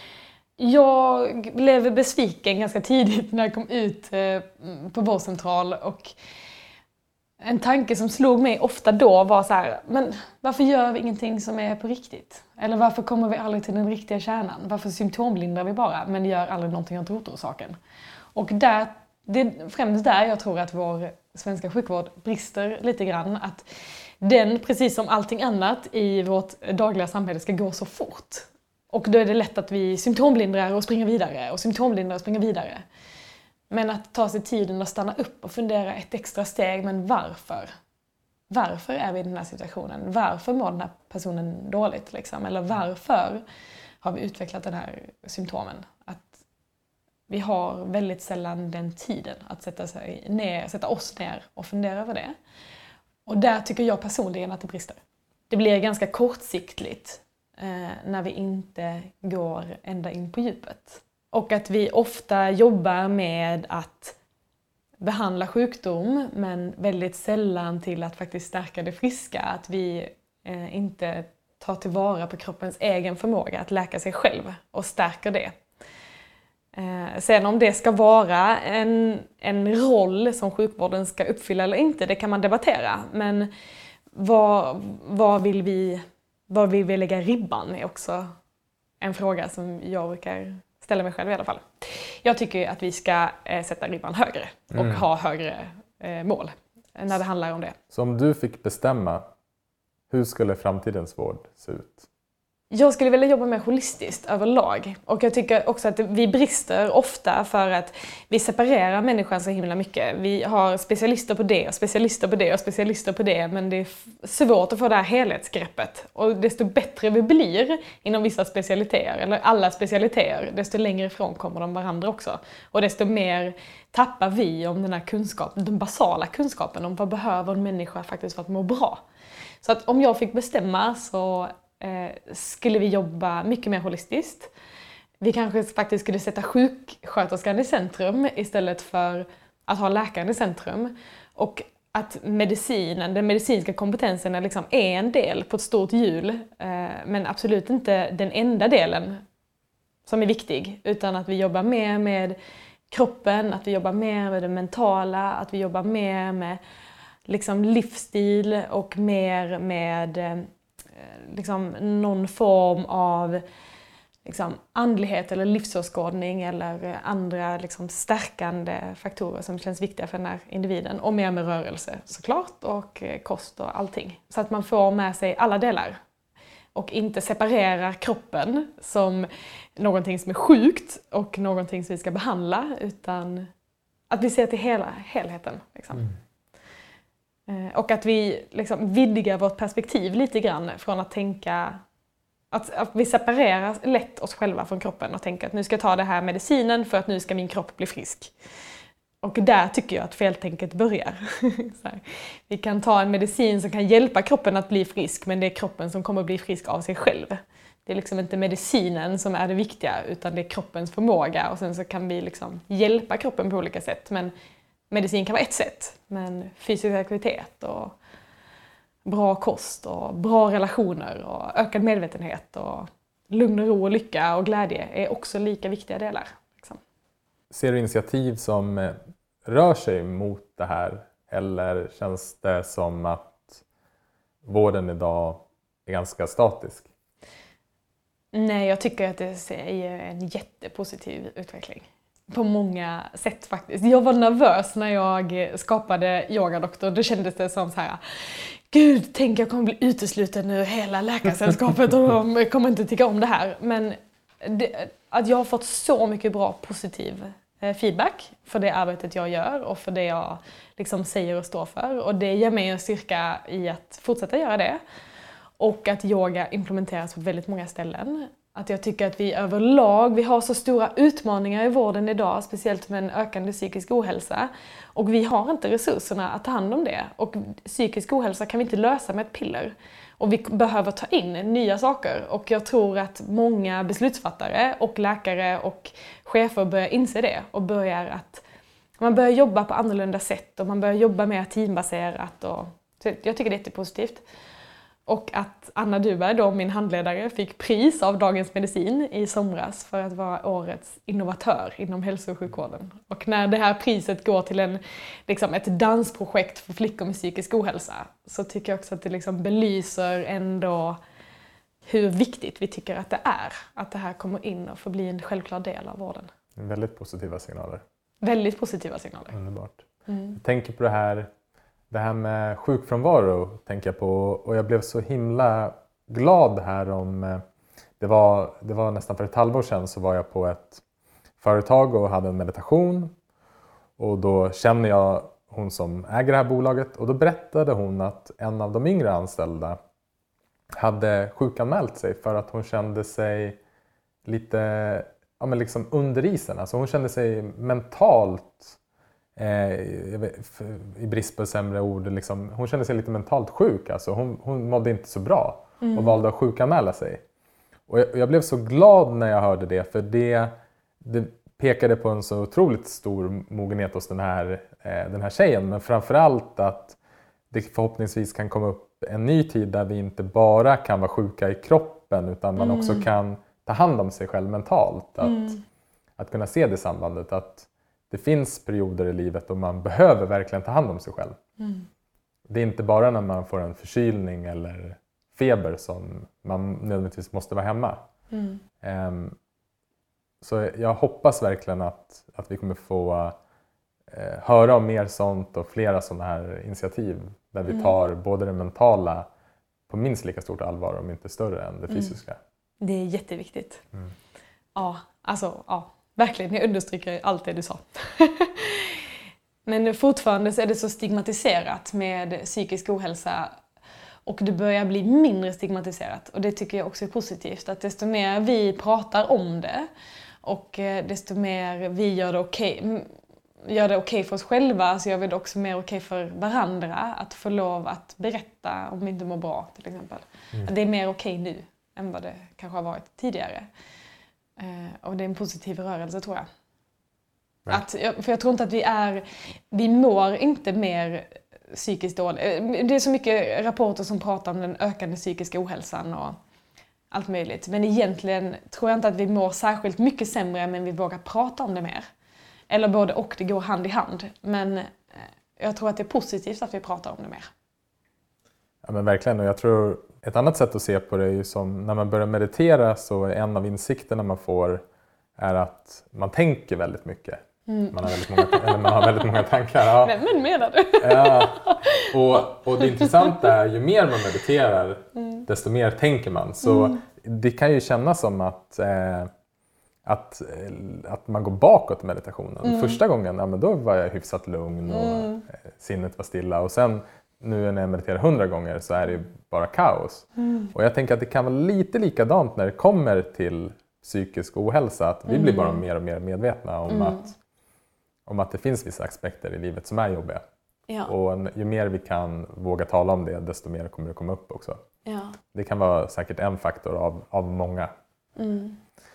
Speaker 2: Jag blev besviken ganska tidigt när jag kom ut på vårdcentral. Och en tanke som slog mig ofta då var så här, men varför gör vi ingenting som är på riktigt? Eller varför kommer vi aldrig till den riktiga kärnan? Varför symptomlindrar vi bara men gör aldrig någonting åt rotorsaken? Och där, det är främst där jag tror att vår svenska sjukvård brister lite grann. Att den, precis som allting annat i vårt dagliga samhälle, ska gå så fort. Och då är det lätt att vi symptomlindrar och springer vidare och symptomlindrar och springer vidare. Men att ta sig tiden och stanna upp och fundera ett extra steg, men varför? Varför är vi i den här situationen? Varför mår den här personen dåligt? Liksom? Eller varför har vi utvecklat den här symptomen? Att vi har väldigt sällan den tiden att sätta, sig ner, sätta oss ner och fundera över det. Och där tycker jag personligen att det brister. Det blir ganska kortsiktigt eh, när vi inte går ända in på djupet. Och att vi ofta jobbar med att behandla sjukdom men väldigt sällan till att faktiskt stärka det friska. Att vi eh, inte tar tillvara på kroppens egen förmåga att läka sig själv och stärker det. Eh, sen om det ska vara en, en roll som sjukvården ska uppfylla eller inte, det kan man debattera. Men vad, vad, vill vi, vad vill vi lägga ribban är också en fråga som jag brukar ställa mig själv i alla fall. Jag tycker att vi ska eh, sätta ribban högre och mm. ha högre eh, mål när det handlar om det.
Speaker 1: Så om du fick bestämma, hur skulle framtidens vård se ut?
Speaker 2: Jag skulle vilja jobba mer holistiskt överlag. Och jag tycker också att vi brister ofta för att vi separerar människan så himla mycket. Vi har specialister på det och specialister på det och specialister på det. Men det är svårt att få det här helhetsgreppet. Och desto bättre vi blir inom vissa specialiteter, eller alla specialiteter, desto längre ifrån kommer de varandra också. Och desto mer tappar vi om den här kunskapen, den basala kunskapen om vad behöver en människa faktiskt för att må bra. Så att om jag fick bestämma så skulle vi jobba mycket mer holistiskt. Vi kanske faktiskt skulle sätta sjuksköterskan i centrum istället för att ha läkaren i centrum. Och att medicinen, den medicinska kompetensen är, liksom är en del på ett stort hjul, men absolut inte den enda delen som är viktig. Utan att vi jobbar mer med kroppen, att vi jobbar mer med det mentala, att vi jobbar mer med liksom livsstil och mer med liksom någon form av liksom andlighet eller livsåskådning eller andra liksom stärkande faktorer som känns viktiga för den här individen. Och mer med rörelse såklart och kost och allting. Så att man får med sig alla delar och inte separerar kroppen som någonting som är sjukt och någonting som vi ska behandla, utan att vi ser till hela helheten. Liksom. Mm. Och att vi liksom vidgar vårt perspektiv lite grann från att tänka att, att vi separerar lätt oss själva från kroppen och tänker att nu ska jag ta det här medicinen för att nu ska min kropp bli frisk. Och där tycker jag att feltänket börjar. Så här. Vi kan ta en medicin som kan hjälpa kroppen att bli frisk, men det är kroppen som kommer att bli frisk av sig själv. Det är liksom inte medicinen som är det viktiga, utan det är kroppens förmåga. Och sen så kan vi liksom hjälpa kroppen på olika sätt. Men medicin kan vara ett sätt. Men fysisk aktivitet och bra kost och bra relationer och ökad medvetenhet och lugn och ro och lycka och glädje är också lika viktiga delar. Liksom.
Speaker 1: Ser du initiativ som rör sig mot det här, eller känns det som att vården idag är ganska statisk?
Speaker 2: Nej, jag tycker att det är en jättepositiv utveckling. På många sätt faktiskt. Jag var nervös när jag skapade Yogadoktor. Då kändes det som så här: Gud, tänk jag kommer bli utesluten ur hela läkarsällskapet och de kommer inte tycka om det här. Men det, att jag har fått så mycket bra positiv feedback för det arbetet jag gör och för det jag liksom säger och står för. Och det ger mig en styrka i att fortsätta göra det. Och att yoga implementeras på väldigt många ställen. Att jag tycker att vi överlag, vi har så stora utmaningar i vården idag, speciellt med en ökande psykisk ohälsa. Och vi har inte resurserna att ta hand om det. Och psykisk ohälsa kan vi inte lösa med ett piller. Och vi behöver ta in nya saker. Och jag tror att många beslutsfattare och läkare och chefer börjar inse det. Och börjar att man börjar jobba på annorlunda sätt och man börjar jobba mer teambaserat. Och, så jag tycker det är jättepositivt. Och att Anna Duberg, då, min handledare, fick pris av Dagens Medicin i somras för att vara årets innovatör inom hälso- och sjukvården. Och när det här priset går till en, liksom ett dansprojekt för flickor med psykisk ohälsa, så tycker jag också att det liksom belyser ändå hur viktigt vi tycker att det är. Att det här kommer in och får bli en självklar del av vården.
Speaker 1: Väldigt positiva signaler.
Speaker 2: Väldigt positiva signaler.
Speaker 1: Underbart.
Speaker 2: Mm.
Speaker 1: Jag tänker på det här, det här med sjukfrånvaro, tänker jag på. Och jag blev så himla glad här om... Det var, det var nästan för ett halvår sedan så var jag på ett företag och hade en meditation. Och då känner jag hon som äger det här bolaget. Och då berättade hon att en av de yngre anställda hade sjukanmält sig för att hon kände sig lite ja, men liksom under isen. Alltså hon kände sig mentalt, eh, i brist på sämre ord, liksom, hon kände sig lite mentalt sjuk. Alltså hon, hon mådde inte så bra och mm. valde att sjukanmäla sig. Och jag, jag blev så glad när jag hörde det, för det, det pekade på en så otroligt stor mogenhet hos den här, eh, den här tjejen. Men framförallt att det förhoppningsvis kan komma upp en ny tid där vi inte bara kan vara sjuka i kroppen, utan man mm. också kan ta hand om sig själv mentalt. Att, mm. att kunna se det sambandet, att det finns perioder i livet då man behöver verkligen ta hand om sig själv. Mm. Det är inte bara när man får en förkylning eller feber som man nödvändigtvis måste vara hemma. Mm. Um, så jag hoppas verkligen att, att vi kommer få uh, höra om mer sånt och flera sådana här initiativ där vi tar mm. både det mentala på minst lika stort allvar, om inte större än det fysiska. Mm.
Speaker 2: Det är jätteviktigt. Mm. Ja, alltså ja, verkligen. Jag understryker allt det du sa. Men fortfarande så är det så stigmatiserat med psykisk ohälsa, och det börjar bli mindre stigmatiserat. Och det tycker jag också är positivt. Att desto mer vi pratar om det och desto mer vi gör det okej, gör det okej för oss själva, så gör vi det också mer okej för varandra. Att få lov att berätta om vi inte mår bra, till exempel. Mm. Att det är mer okej nu än vad det kanske har varit tidigare. Eh, och det är en positiv rörelse, tror jag. Att, för jag tror inte att vi är... Vi mår inte mer psykiskt dåligt. Det är så mycket rapporter som pratar om den ökande psykiska ohälsan och allt möjligt. Men egentligen tror jag inte att vi mår särskilt mycket sämre, men vi vågar prata om det mer. Eller både och, det går hand i hand. Men jag tror att det är positivt att vi pratar om det mer.
Speaker 1: Ja, men verkligen. Och jag tror ett annat sätt att se på det är ju som när man börjar meditera, så är en av insikterna man får är att man tänker väldigt mycket. Mm. Man, har väldigt många, eller man har väldigt många tankar. Ja.
Speaker 2: Men, men menar du?
Speaker 1: Ja. Och, och det intressanta är, ju mer man mediterar, mm. desto mer tänker man. Så mm. det kan ju kännas som att... Eh, Att, att man går bakåt i meditationen. Mm. Första gången, ja, men då var jag hyfsat lugn och mm. sinnet var stilla. Och sen nu när jag mediterar hundra gånger så är det ju bara kaos. Mm. Och jag tänker att det kan vara lite likadant när det kommer till psykisk ohälsa. Att vi mm. blir bara mer och mer medvetna om mm. att om att det finns vissa aspekter i livet som är jobbiga.
Speaker 2: Ja.
Speaker 1: Och ju mer vi kan våga tala om det, desto mer kommer det komma upp också.
Speaker 2: Ja.
Speaker 1: Det kan vara säkert en faktor av, av många.
Speaker 2: Mm.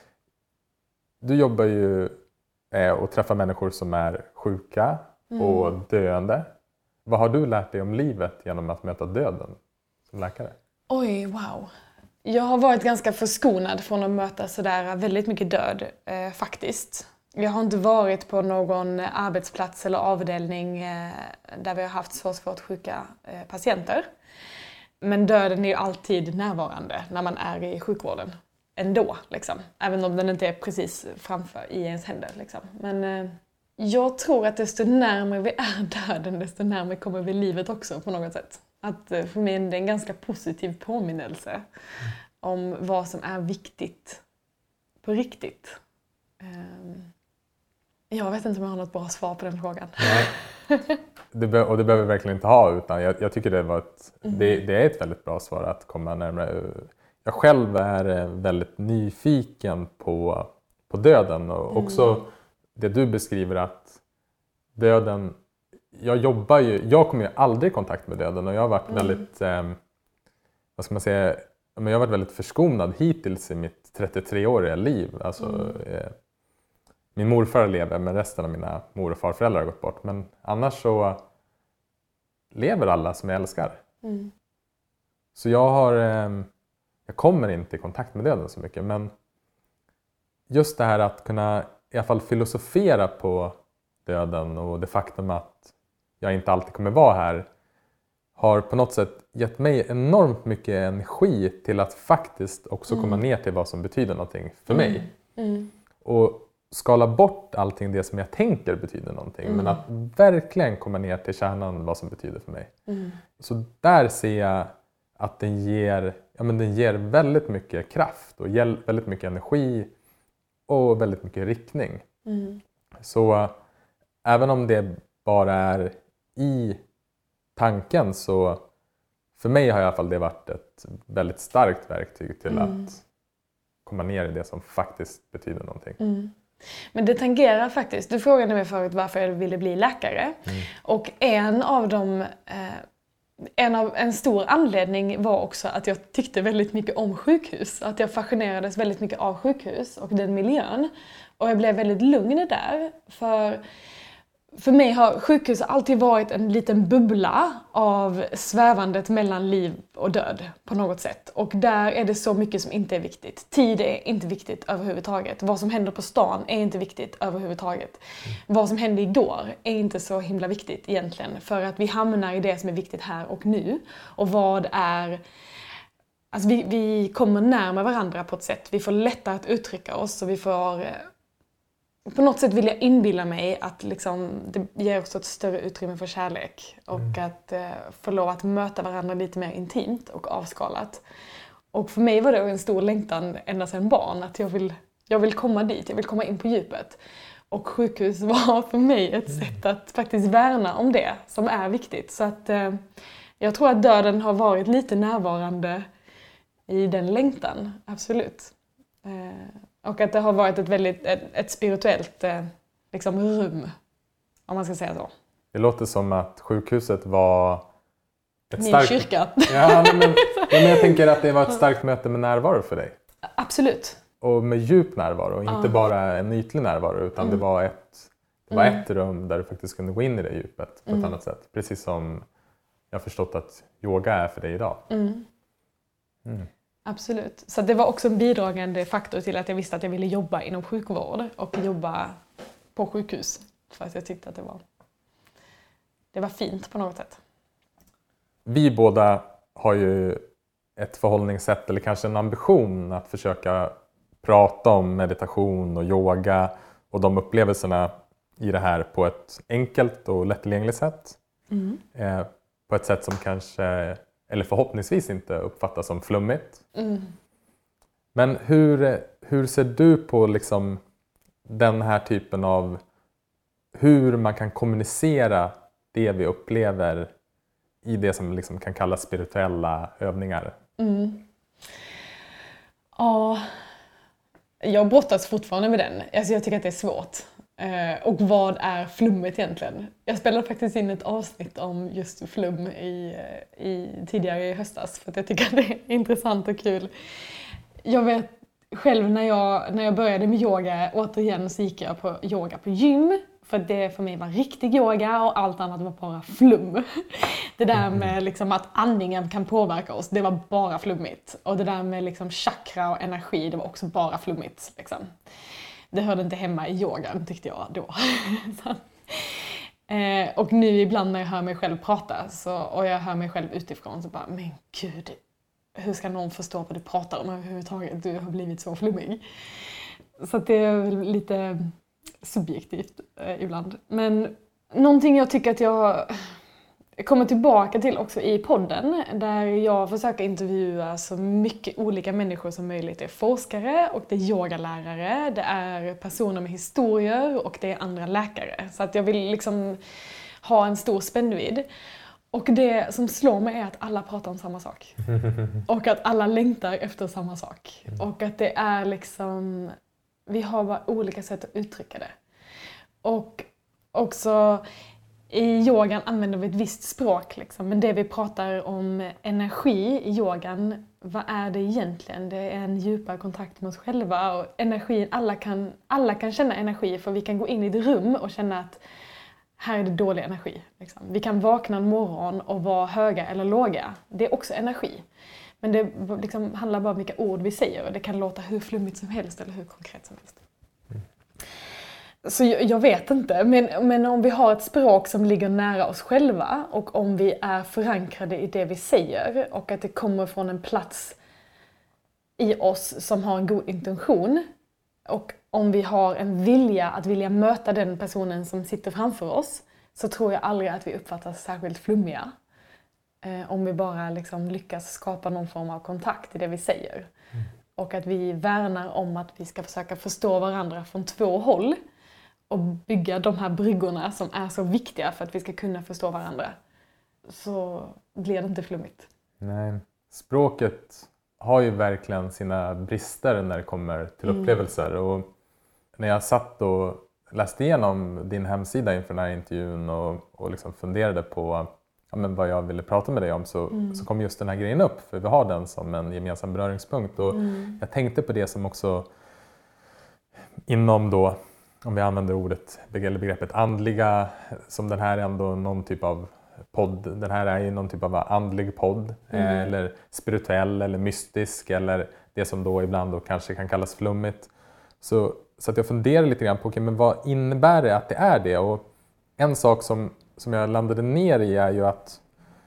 Speaker 1: Du jobbar ju eh, och träffar människor som är sjuka
Speaker 2: Mm.
Speaker 1: och döende. Vad har du lärt dig om livet genom att möta döden som läkare?
Speaker 2: Oj, wow. Jag har varit ganska förskonad från att möta sådär väldigt mycket död, eh, faktiskt. Jag har inte varit på någon arbetsplats eller avdelning eh, där vi har haft så svårt sjuka eh, patienter. Men döden är ju alltid närvarande när man är i sjukvården. Ändå, liksom. Även om den inte är precis framför i ens händer. Liksom. Men eh, jag tror att desto närmare vi är döden, desto närmare kommer vi livet också på något sätt. Att eh, för mig är det en ganska positiv påminnelse mm. om vad som är viktigt på riktigt. Um, jag vet inte om jag har något bra svar på den frågan.
Speaker 1: Nej. Det be- och det behöver vi verkligen inte ha, utan jag, jag tycker det, var ett,
Speaker 2: Mm.
Speaker 1: det, det är ett väldigt bra svar att komma närmare. Jag själv är väldigt nyfiken på, på döden och
Speaker 2: Mm.
Speaker 1: också det du beskriver att döden, jag jobbar ju, jag kommer ju aldrig i kontakt med döden och jag har varit
Speaker 2: Mm.
Speaker 1: väldigt, eh, vad ska man säga, men jag har varit väldigt förskonad hittills i mitt trettiotre-åriga liv. Alltså,
Speaker 2: Mm.
Speaker 1: eh, min morfar lever men resten av mina mor- och farföräldrar har gått bort. Men annars så lever alla som jag älskar.
Speaker 2: Mm.
Speaker 1: Så jag har, eh, jag kommer inte i kontakt med döden så mycket. Men just det här att kunna i alla fall filosofera på döden och det faktum att jag inte alltid kommer vara här har på något sätt gett mig enormt mycket energi till att faktiskt också
Speaker 2: Mm.
Speaker 1: komma ner till vad som betyder någonting för
Speaker 2: Mm.
Speaker 1: mig.
Speaker 2: Mm.
Speaker 1: Och skala bort allting det som jag tänker betyder någonting.
Speaker 2: Mm.
Speaker 1: Men att verkligen komma ner till kärnan vad som betyder för mig.
Speaker 2: Mm.
Speaker 1: Så där ser jag att den ger, ja, men den ger väldigt mycket kraft och ger väldigt mycket energi och väldigt mycket riktning.
Speaker 2: Mm.
Speaker 1: Så äh, även om det bara är i tanken så för mig har i alla fall det varit ett väldigt starkt verktyg till
Speaker 2: Mm.
Speaker 1: att komma ner i det som faktiskt betyder någonting.
Speaker 2: Mm. Men det tangerar faktiskt, du frågade mig förut varför jag ville bli läkare.
Speaker 1: Mm.
Speaker 2: Och en av dem, eh, en, av, en stor anledning var också att jag tyckte väldigt mycket om sjukhus. Att jag fascinerades väldigt mycket av sjukhus och den miljön. Och jag blev väldigt lugn där. För, för mig har sjukhus alltid varit en liten bubbla av svävandet mellan liv och död på något sätt. Och där är det så mycket som inte är viktigt. Tid är inte viktigt överhuvudtaget. Vad som händer på stan är inte viktigt överhuvudtaget. Mm. Vad som hände igår är inte så himla viktigt egentligen. För att vi hamnar i det som är viktigt här och nu. Och vad är... Alltså vi, vi kommer närmare varandra på ett sätt. Vi får lättare att uttrycka oss och vi får... På något sätt vill jag inbilla mig att liksom, det ger också ett större utrymme för kärlek. Och mm. att eh, få lov att möta varandra lite mer intimt och avskalat. Och för mig var det en stor längtan ända sedan barn. Att jag vill, jag vill komma dit, jag vill komma in på djupet. Och sjukhus var för mig ett mm. sätt att faktiskt värna om det som är viktigt. Så att eh, jag tror att döden har varit lite närvarande i den längtan, absolut. Eh, Och att det har varit ett väldigt ett, ett spirituellt eh, liksom rum, om man ska säga så.
Speaker 1: Det låter som att sjukhuset var ett
Speaker 2: Min
Speaker 1: starkt...
Speaker 2: kyrka.
Speaker 1: Ja, men, men, men jag tänker att det var ett starkt möte med närvaro för dig.
Speaker 2: Absolut.
Speaker 1: Och med djup närvaro, inte
Speaker 2: Ah.
Speaker 1: bara en ytlig närvaro, utan
Speaker 2: Mm.
Speaker 1: det var, ett, det var
Speaker 2: Mm.
Speaker 1: ett rum där du faktiskt kunde gå in i det djupet på
Speaker 2: Mm.
Speaker 1: ett annat sätt. Precis som jag har förstått att yoga är för dig idag.
Speaker 2: Mm.
Speaker 1: Mm.
Speaker 2: Absolut. Så det var också en bidragande faktor till att jag visste att jag ville jobba inom sjukvård och jobba på sjukhus. För att jag tyckte att det var, det var fint på något sätt.
Speaker 1: Vi båda har ju ett förhållningssätt eller kanske en ambition att försöka prata om meditation och yoga och de upplevelserna i det här på ett enkelt och lättillgängligt sätt.
Speaker 2: Mm.
Speaker 1: Eh, på ett sätt som kanske, eller förhoppningsvis inte uppfattas som flummigt.
Speaker 2: Mm.
Speaker 1: Men hur, hur ser du på liksom den här typen av hur man kan kommunicera det vi upplever i det som liksom kan kallas spirituella övningar?
Speaker 2: Mm. Ja, jag brottas fortfarande med den. Alltså jag tycker att det är svårt. Eh, och vad är flummet egentligen? Jag spelade faktiskt in ett avsnitt om just flum i, i, tidigare i höstas för att jag tycker att det är intressant och kul. Jag vet själv när jag, när jag började med yoga, återigen så gick jag på yoga på gym. För det för mig var riktig yoga och allt annat var bara flum. Det där med liksom att andningen kan påverka oss, det var bara flummigt. Och det där med liksom chakra och energi, det var också bara flummigt. Liksom. Det hörde inte hemma i yogan tyckte jag då. så, eh, och nu ibland när jag hör mig själv prata så, och jag hör mig själv utifrån så bara, men gud, hur ska någon förstå vad du pratar om överhuvudtaget? Du har blivit så flummig. Så att det är väl lite subjektivt eh, ibland. Men någonting jag tycker att jag kommer tillbaka till också i podden, där jag försöker intervjua så mycket olika människor som möjligt. Det är forskare och det är yogalärare, det är personer med historier och det är andra läkare. Så att jag vill liksom ha en stor spännvidd. Och det som slår mig är att alla pratar om samma sak. Och att alla längtar efter samma sak. Och att det är liksom, vi har bara olika sätt att uttrycka det. Och också i yogan använder vi ett visst språk. Liksom. Men det vi pratar om energi i yogan, vad är det egentligen? Det är en djupare kontakt med oss själva. Och energin, alla kan, alla kan känna energi, för vi kan gå in i ett rum och känna att här är det dålig energi. Liksom. Vi kan vakna en morgon och vara höga eller låga. Det är också energi. Men det liksom handlar bara om vilka ord vi säger. Och det kan låta hur flummigt som helst eller hur konkret som helst. Mm. Så jag, jag vet inte. Men, men om vi har ett språk som ligger nära oss själva. Och om vi är förankrade i det vi säger. Och att det kommer från en plats i oss som har en god intention. Och om vi har en vilja att vilja möta den personen som sitter framför oss, så tror jag aldrig att vi uppfattas särskilt flummiga. Eh, om vi bara liksom lyckas skapa någon form av kontakt i det vi säger. Mm. Och att vi värnar om att vi ska försöka förstå varandra från två håll. Och bygga de här bryggorna som är så viktiga för att vi ska kunna förstå varandra. Så blir det inte flummigt.
Speaker 1: Nej, språket har ju verkligen sina brister när det kommer till upplevelser. Mm. Och när jag satt och läste igenom din hemsida inför den här intervjun och, och liksom funderade på ja, men vad jag ville prata med dig om, så, mm. så kom just den här grejen upp. För vi har den som en gemensam beröringspunkt. Och mm. jag tänkte på det som också inom då, om vi använder ordet eller begreppet andliga, som den här är ändå någon typ av podd. Den här är ju någon typ av andlig podd. Mm. Eh, eller spirituell eller mystisk. Eller det som då ibland då kanske kan kallas flummigt. Så, så att jag funderar lite grann på okay, men vad innebär det att det är det? Och en sak som, som jag landade ner i är ju att,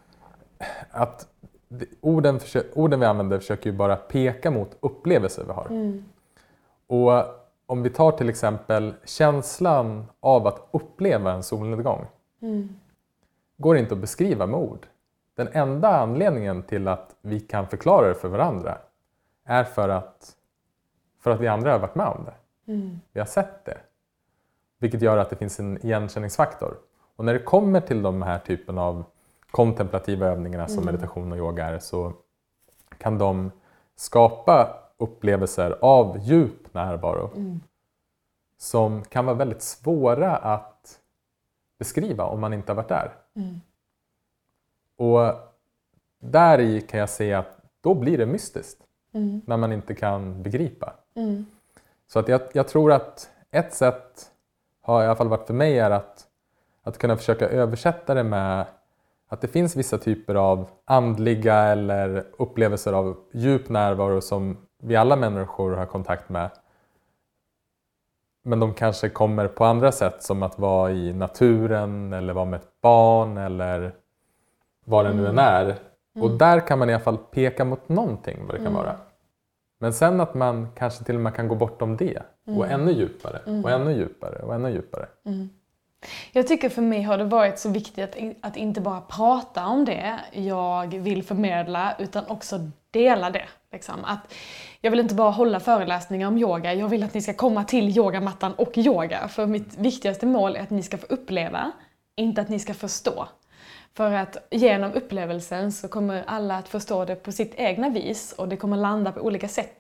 Speaker 1: att det, orden, försö, orden vi använder försöker ju bara peka mot upplevelser vi har. Mm. Och om vi tar till exempel känslan av att uppleva en solnedgång. Mm. Går inte att beskriva med ord. Den enda anledningen till att vi kan förklara det för varandra är för att, för att vi andra har varit med om det. Mm. Vi har sett det. Vilket gör att det finns en igenkänningsfaktor. Och när det kommer till de här typen av kontemplativa övningarna som mm. meditation och yoga är, så kan de skapa upplevelser av djup närvaro. Mm. Som kan vara väldigt svåra att beskriva om man inte har varit där. Mm. Och där i kan jag se att då blir det mystiskt. Mm. När man inte kan begripa. Mm. Så att jag, jag tror att ett sätt har i alla fall varit för mig är att, att kunna försöka översätta det med att det finns vissa typer av andliga eller upplevelser av djup närvaro som vi alla människor har kontakt med. Men de kanske kommer på andra sätt, som att vara i naturen eller vara med ett barn eller vad det nu än är. Mm. Och där kan man i alla fall peka mot någonting vad det kan mm. vara. Men sen att man kanske till och med kan gå bortom det mm. och ännu djupare mm. och ännu djupare och ännu djupare. Mm.
Speaker 2: Jag tycker för mig har det varit så viktigt att, att inte bara prata om det jag vill förmedla, utan också dela det. Liksom. Att jag vill inte bara hålla föreläsningar om yoga, jag vill att ni ska komma till yogamattan och yoga. För mitt viktigaste mål är att ni ska få uppleva, inte att ni ska förstå. För att genom upplevelsen så kommer alla att förstå det på sitt egna vis, och det kommer landa på olika sätt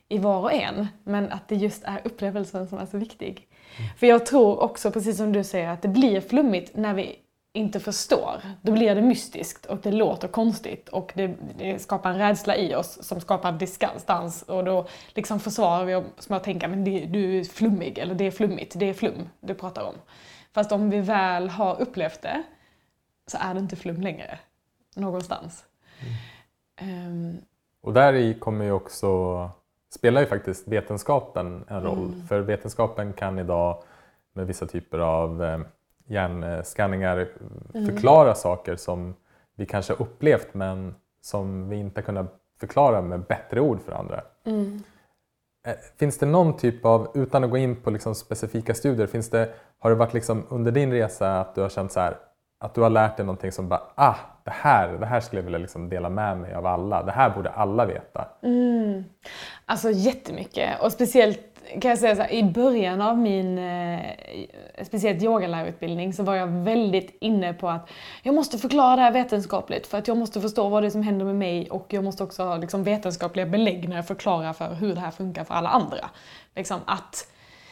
Speaker 2: i var och en, men att det just är upplevelsen som är så viktig. Mm. För jag tror också, precis som du säger, att det blir flummigt när vi inte förstår. Då blir det mystiskt och det låter konstigt och det, det skapar en rädsla i oss som skapar en distans och då liksom försvarar vi oss med att tänka men det, du är flummig eller det är flummigt, det är flum du pratar om. Fast om vi väl har upplevt det så är det inte flum längre någonstans. Mm. Um,
Speaker 1: och där i kommer ju också, spelar ju faktiskt vetenskapen en roll. Mm. För vetenskapen kan idag med vissa typer av eh, hjärnskanningar mm. förklara saker som vi kanske har upplevt men som vi inte kunnat förklara med bättre ord för andra. Mm. Finns det någon typ av, utan att gå in på liksom specifika studier, finns det, har det varit liksom under din resa att du har känt så här, att du har lärt dig någonting som bara, ah, det här, det här skulle jag vilja liksom dela med mig av alla. Det här borde alla veta.
Speaker 2: Mm. Alltså jättemycket. Och speciellt kan jag säga så här, i början av min eh, speciellt yogalärarutbildning så var jag väldigt inne på att jag måste förklara det här vetenskapligt för att jag måste förstå vad det är som händer med mig och jag måste också ha liksom, vetenskapliga belägg när jag förklarar för hur det här funkar för alla andra. Liksom att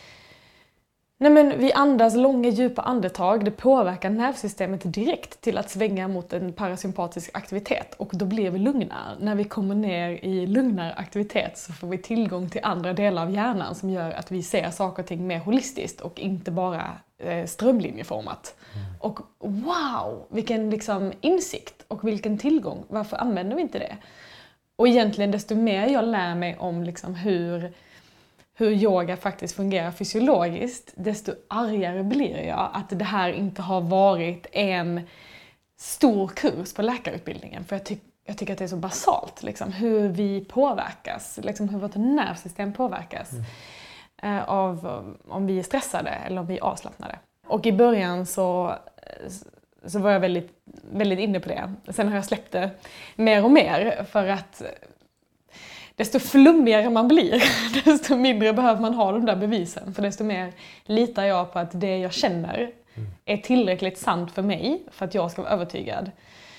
Speaker 2: Nej, men vi andas långa djupa andetag, det påverkar nervsystemet direkt till att svänga mot en parasympatisk aktivitet och då blir vi lugna. När vi kommer ner i lugnare aktivitet så får vi tillgång till andra delar av hjärnan som gör att vi ser saker och ting mer holistiskt och inte bara eh, strömlinjeformat. Mm. Och wow, vilken liksom insikt och vilken tillgång, varför använder vi inte det? Och egentligen desto mer jag lär mig om liksom hur hur yoga faktiskt fungerar fysiologiskt, desto argare blir jag att det här inte har varit en stor kurs på läkarutbildningen. För jag, ty- jag tycker att det är så basalt, liksom, hur vi påverkas, liksom, hur vårt nervsystem påverkas mm. eh, av om vi är stressade eller om vi är avslappnade. Och i början så, så var jag väldigt, väldigt inne på det. Sen har jag släppt det mer och mer för att desto flummigare man blir, desto mindre behöver man ha de där bevisen. För desto mer litar jag på att det jag känner är tillräckligt sant för mig för att jag ska vara övertygad.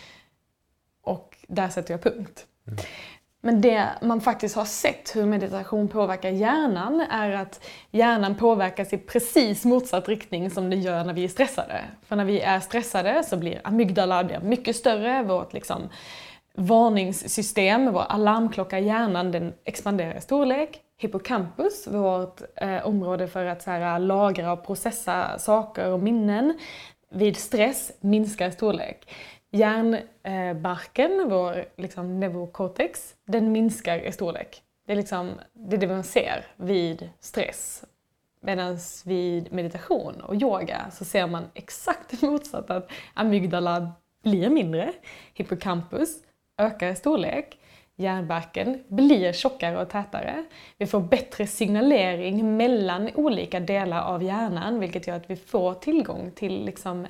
Speaker 2: Och där sätter jag punkt. Mm. Men det man faktiskt har sett hur meditation påverkar hjärnan är att hjärnan påverkas i precis motsatt riktning som det gör när vi är stressade. För när vi är stressade så blir amygdala blir mycket större, vårt liksom varningssystem, vår alarmklocka i hjärnan, den expanderar i storlek. Hippocampus, vårt eh, område för att så här, lagra och processa saker och minnen vid stress, minskar i storlek. Hjärnbarken, eh, vår liksom, neurocortex, den minskar i storlek. Det är, liksom, det är det man ser vid stress. Medan vid meditation och yoga så ser man exakt motsatt, att amygdala blir mindre, hippocampus ökar i storlek, hjärnbarken blir tjockare och tätare. Vi får bättre signalering mellan olika delar av hjärnan, vilket gör att vi får tillgång till liksom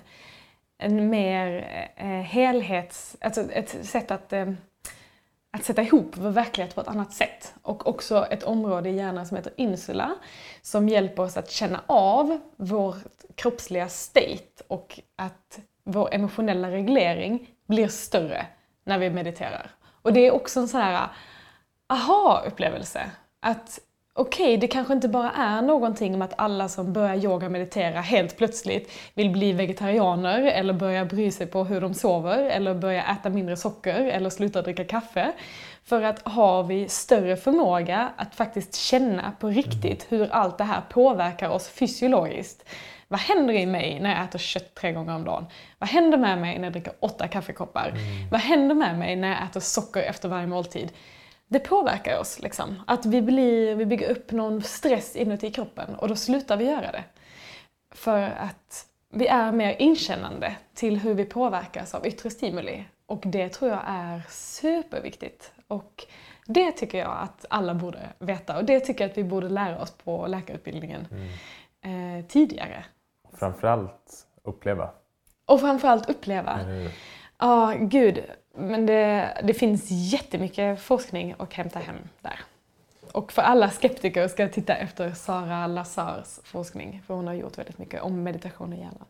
Speaker 2: en mer eh, helhets... Alltså ett sätt att, eh, att sätta ihop vår verklighet på ett annat sätt. Och också ett område i hjärnan som heter insula, som hjälper oss att känna av vår kroppsliga state och att vår emotionella reglering blir större när vi mediterar. Och det är också en sån här aha-upplevelse. Att okej, okay, det kanske inte bara är någonting om att alla som börjar yoga och meditera helt plötsligt vill bli vegetarianer eller börja bry sig på hur de sover eller börja äta mindre socker eller sluta dricka kaffe. För att har vi större förmåga att faktiskt känna på riktigt hur allt det här påverkar oss fysiologiskt. Vad händer i mig när jag äter kött tre gånger om dagen? Vad händer med mig när jag dricker åtta kaffekoppar? Mm. Vad händer med mig när jag äter socker efter varje måltid? Det påverkar oss. Liksom. Att vi, blir, vi bygger upp någon stress inuti kroppen och då slutar vi göra det. För att vi är mer inkännande till hur vi påverkas av yttre stimuli. Och det tror jag är superviktigt. Och det tycker jag att alla borde veta. Och det tycker jag att vi borde lära oss på läkarutbildningen mm. eh, tidigare.
Speaker 1: Framförallt uppleva.
Speaker 2: Och framförallt uppleva. Ja, oh, gud. Men det, det finns jättemycket forskning att hämta hem där. Och för alla skeptiker ska jag titta efter Sara Lazars forskning. För hon har gjort väldigt mycket om meditation i hjärnan.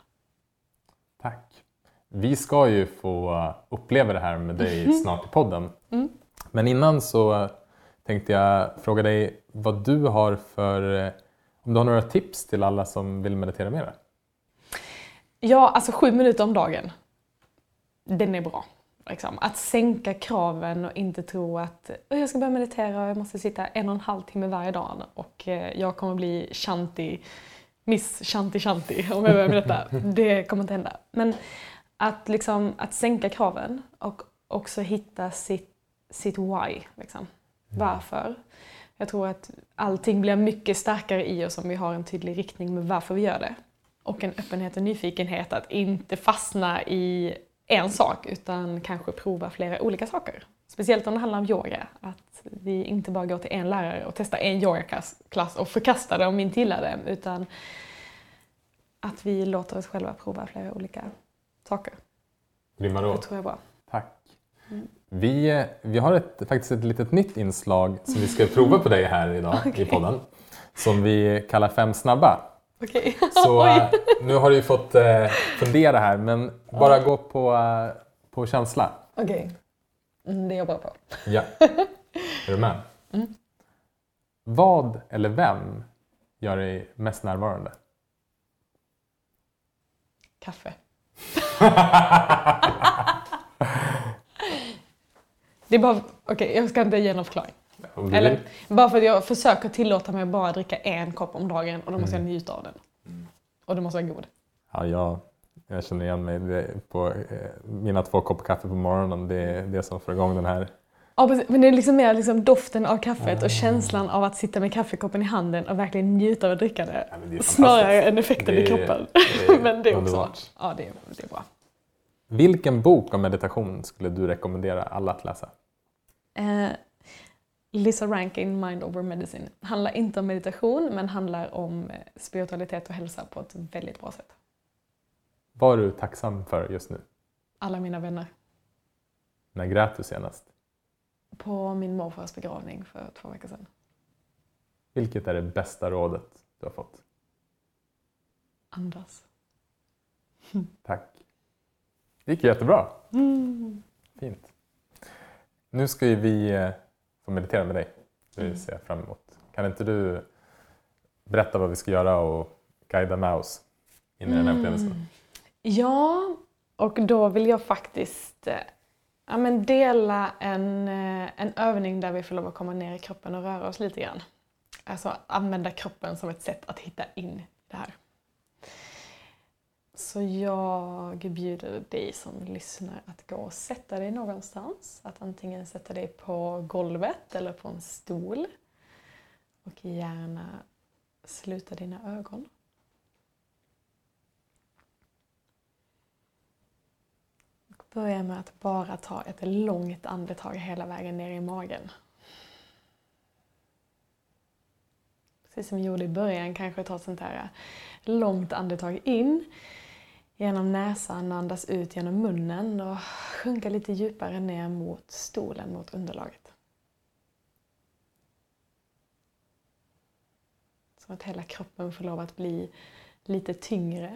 Speaker 1: Tack. Vi ska ju få uppleva det här med dig snart i podden. Mm. Men innan så tänkte jag fråga dig vad du har för, om du har några tips till alla som vill meditera mer.
Speaker 2: Ja, alltså sju minuter om dagen. Den är bra. Liksom. Att sänka kraven och inte tro att jag ska börja meditera och jag måste sitta en och en halv timme varje dag och jag kommer bli shanti, miss shanti shanti om jag börjar med detta. Det kommer inte hända. Men att, liksom, att sänka kraven och också hitta sitt, sitt why. Liksom. Varför? Jag tror att allting blir mycket starkare i oss om vi har en tydlig riktning med varför vi gör det. Och en öppenhet och nyfikenhet att inte fastna i en sak utan kanske prova flera olika saker. Speciellt om det handlar om yoga. Att vi inte bara går till en lärare och testar en yogaklass och förkastar det om vi inte gillar det. Utan att vi låter oss själva prova flera olika saker.
Speaker 1: Grymma råd.
Speaker 2: Det tror jag är bra.
Speaker 1: Tack. Mm. Vi, vi har ett, faktiskt ett litet nytt inslag som vi ska prova på dig här idag okay. i podden. Som vi kallar Fem snabba.
Speaker 2: Okay.
Speaker 1: Så äh, nu har du fått äh, fundera här, men bara ja. gå på, äh, på känsla.
Speaker 2: Okej, okay. mm, det är jag bra på.
Speaker 1: Ja, är du med? Mm. Vad eller vem gör dig mest närvarande?
Speaker 2: Kaffe. Det är bara, okej, okay, jag ska inte ge någon förklaring. Eller, bara för att jag försöker tillåta mig att bara dricka en kopp om dagen och då måste mm. jag njuta av den. Mm. Och det måste vara god.
Speaker 1: Ja, jag, jag känner igen mig det, på eh, mina två koppar kaffe på morgonen. Det är det som får igång den här.
Speaker 2: Ja, precis. Men det är liksom mer liksom doften av kaffet och känslan av att sitta med kaffekoppen i handen och verkligen njuta av att dricka det. Ja, det snarare än effekten
Speaker 1: det,
Speaker 2: i kroppen.
Speaker 1: Det är,
Speaker 2: men det är också ja, det är, det är bra.
Speaker 1: Vilken bok om meditation skulle du rekommendera alla att läsa?
Speaker 2: Eh, Lisa Rankin, Mind Over Medicine. Handlar inte om meditation men handlar om spiritualitet och hälsa på ett väldigt bra sätt.
Speaker 1: Vad är du tacksam för just nu?
Speaker 2: Alla mina vänner.
Speaker 1: När grät du senast?
Speaker 2: På min morfars begravning för två veckor sedan.
Speaker 1: Vilket är det bästa rådet du har fått?
Speaker 2: Andas.
Speaker 1: Tack. Det gick jättebra.
Speaker 2: Mm.
Speaker 1: Fint. Nu ska ju vi få meditera med dig. Det ser jag fram emot. Kan inte du berätta vad vi ska göra och guida med oss in i den här upplevelsen? Mm.
Speaker 2: Ja, och då vill jag faktiskt ja, men dela en, en övning där vi får lov att komma ner i kroppen och röra oss lite grann. Alltså använda kroppen som ett sätt att hitta in i det här. Så jag bjuder dig som lyssnar att gå och sätta dig någonstans. Att antingen sätta dig på golvet eller på en stol. Och gärna sluta dina ögon. Och börja med att bara ta ett långt andetag hela vägen ner i magen. Precis som vi gjorde i början, kanske ta ett sånt här långt andetag in. Genom näsan, andas ut genom munnen och sjunka lite djupare ner mot stolen, mot underlaget. Så att hela kroppen får lov att bli lite tyngre.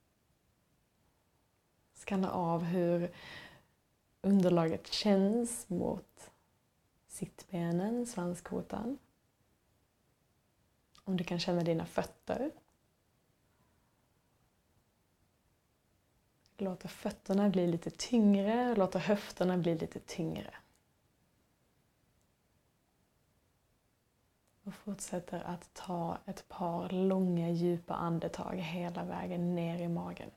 Speaker 2: Skanna av hur underlaget känns mot sittbenen, svanskotan. Om du kan känna dina fötter. Låter fötterna bli lite tyngre, låter höfterna bli lite tyngre. Och fortsätter att ta ett par långa djupa andetag hela vägen ner i magen.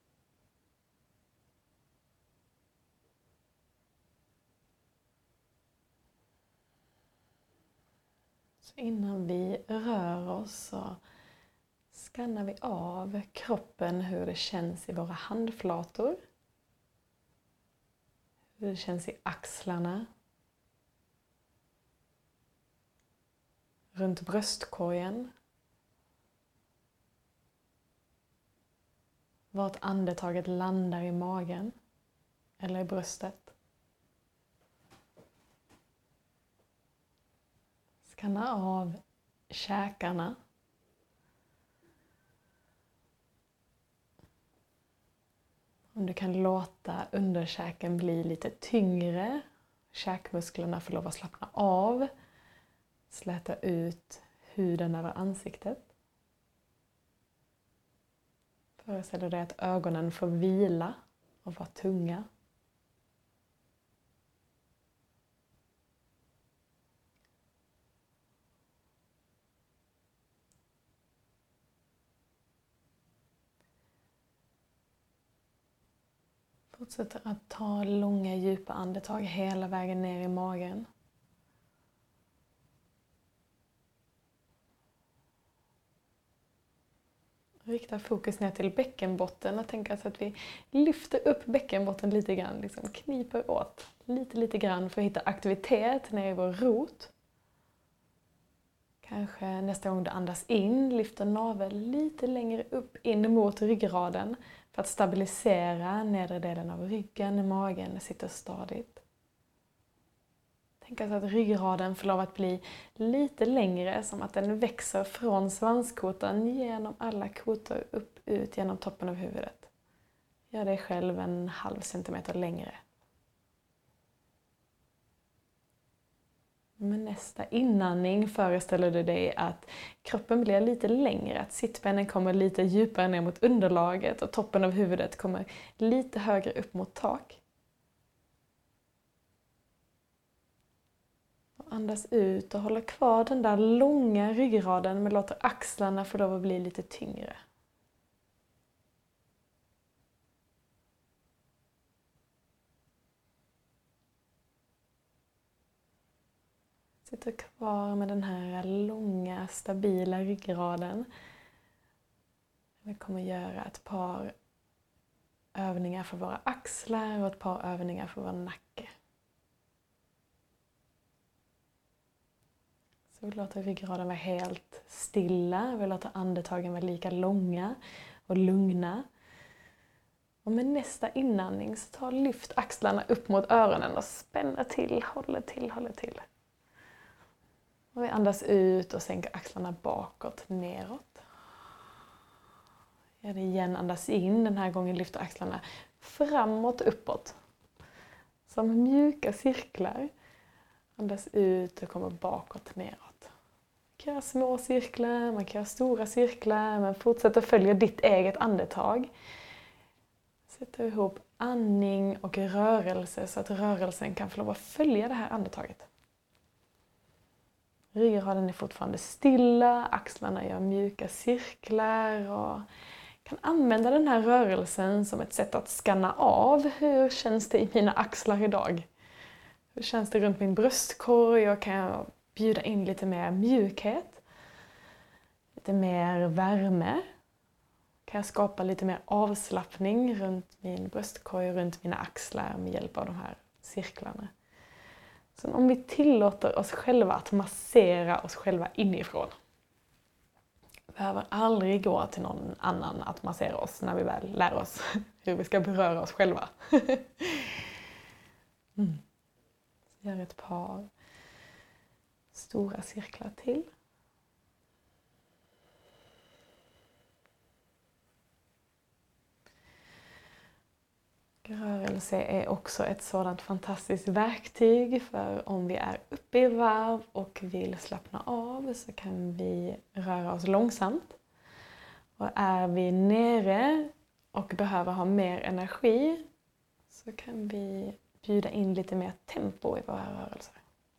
Speaker 2: Så innan vi rör oss så skannar vi av kroppen, hur det känns i våra handflator. Hur det känns i axlarna. Runt bröstkorgen. Vart andetaget landar i magen eller i bröstet. Skanna av käkarna. Om du kan låta underkäken bli lite tyngre, käkmusklerna får lov att slappna av. Släta ut huden över ansiktet. Föreställer dig att ögonen får vila och vara tunga. Fortsätter att ta långa djupa andetag hela vägen ner i magen. Rikta fokus ner till bäckenbotten och tänka så att vi lyfter upp bäckenbotten lite grann. Liksom kniper åt lite, lite grann för att hitta aktivitet ner i vår rot. Kanske nästa gång du andas in, lyfter naveln lite längre upp in mot ryggraden för att stabilisera nedre delen av ryggen, magen sitter stadigt. Tänk alltså att ryggraden får lov att bli lite längre, som att den växer från svanskotan genom alla kotor upp ut genom toppen av huvudet. Gör dig själv en halv centimeter längre. Med nästa inandning föreställer du dig att kroppen blir lite längre, att sittbenen kommer lite djupare ner mot underlaget och toppen av huvudet kommer lite högre upp mot tak. Och andas ut och håller kvar den där långa ryggraden men låter axlarna få lov att bli lite tyngre. Sitter kvar med den här långa, stabila ryggraden. Vi kommer göra ett par övningar för våra axlar och ett par övningar för vår nacke. Så vi låter ryggraden vara helt stilla. Vi låter andetagen vara lika långa och lugna. Och med nästa inandning så tar lyft axlarna upp mot öronen och spänner till, håller till, håller till. Och vi andas ut och sänker axlarna bakåt, neråt. Gör det igen, andas in. Den här gången lyfter axlarna framåt, uppåt. Som mjuka cirklar. Andas ut och kommer bakåt, neråt. Man kan göra små cirklar, man kan göra stora cirklar. Men fortsätt att följa ditt eget andetag. Sätt ihop andning och rörelse så att rörelsen kan få lov att följa det här andetaget. Ryggraden är fortfarande stilla, axlarna gör mjuka cirklar och kan använda den här rörelsen som ett sätt att skanna av hur känns det i mina axlar idag. Hur känns det runt min bröstkorg och kan jag bjuda in lite mer mjukhet, lite mer värme. Kan jag skapa lite mer avslappning runt min bröstkorg och runt mina axlar med hjälp av de här cirklarna. Så om vi tillåter oss själva att massera oss själva inifrån. Vi behöver aldrig gå till någon annan att massera oss när vi väl lär oss hur vi ska beröra oss själva. Mm. Så gör ett par stora cirklar till. Rörelse är också ett sådant fantastiskt verktyg för om vi är uppe i varv och vill slappna av så kan vi röra oss långsamt. Och är vi nere och behöver ha mer energi så kan vi bjuda in lite mer tempo i våra rörelser.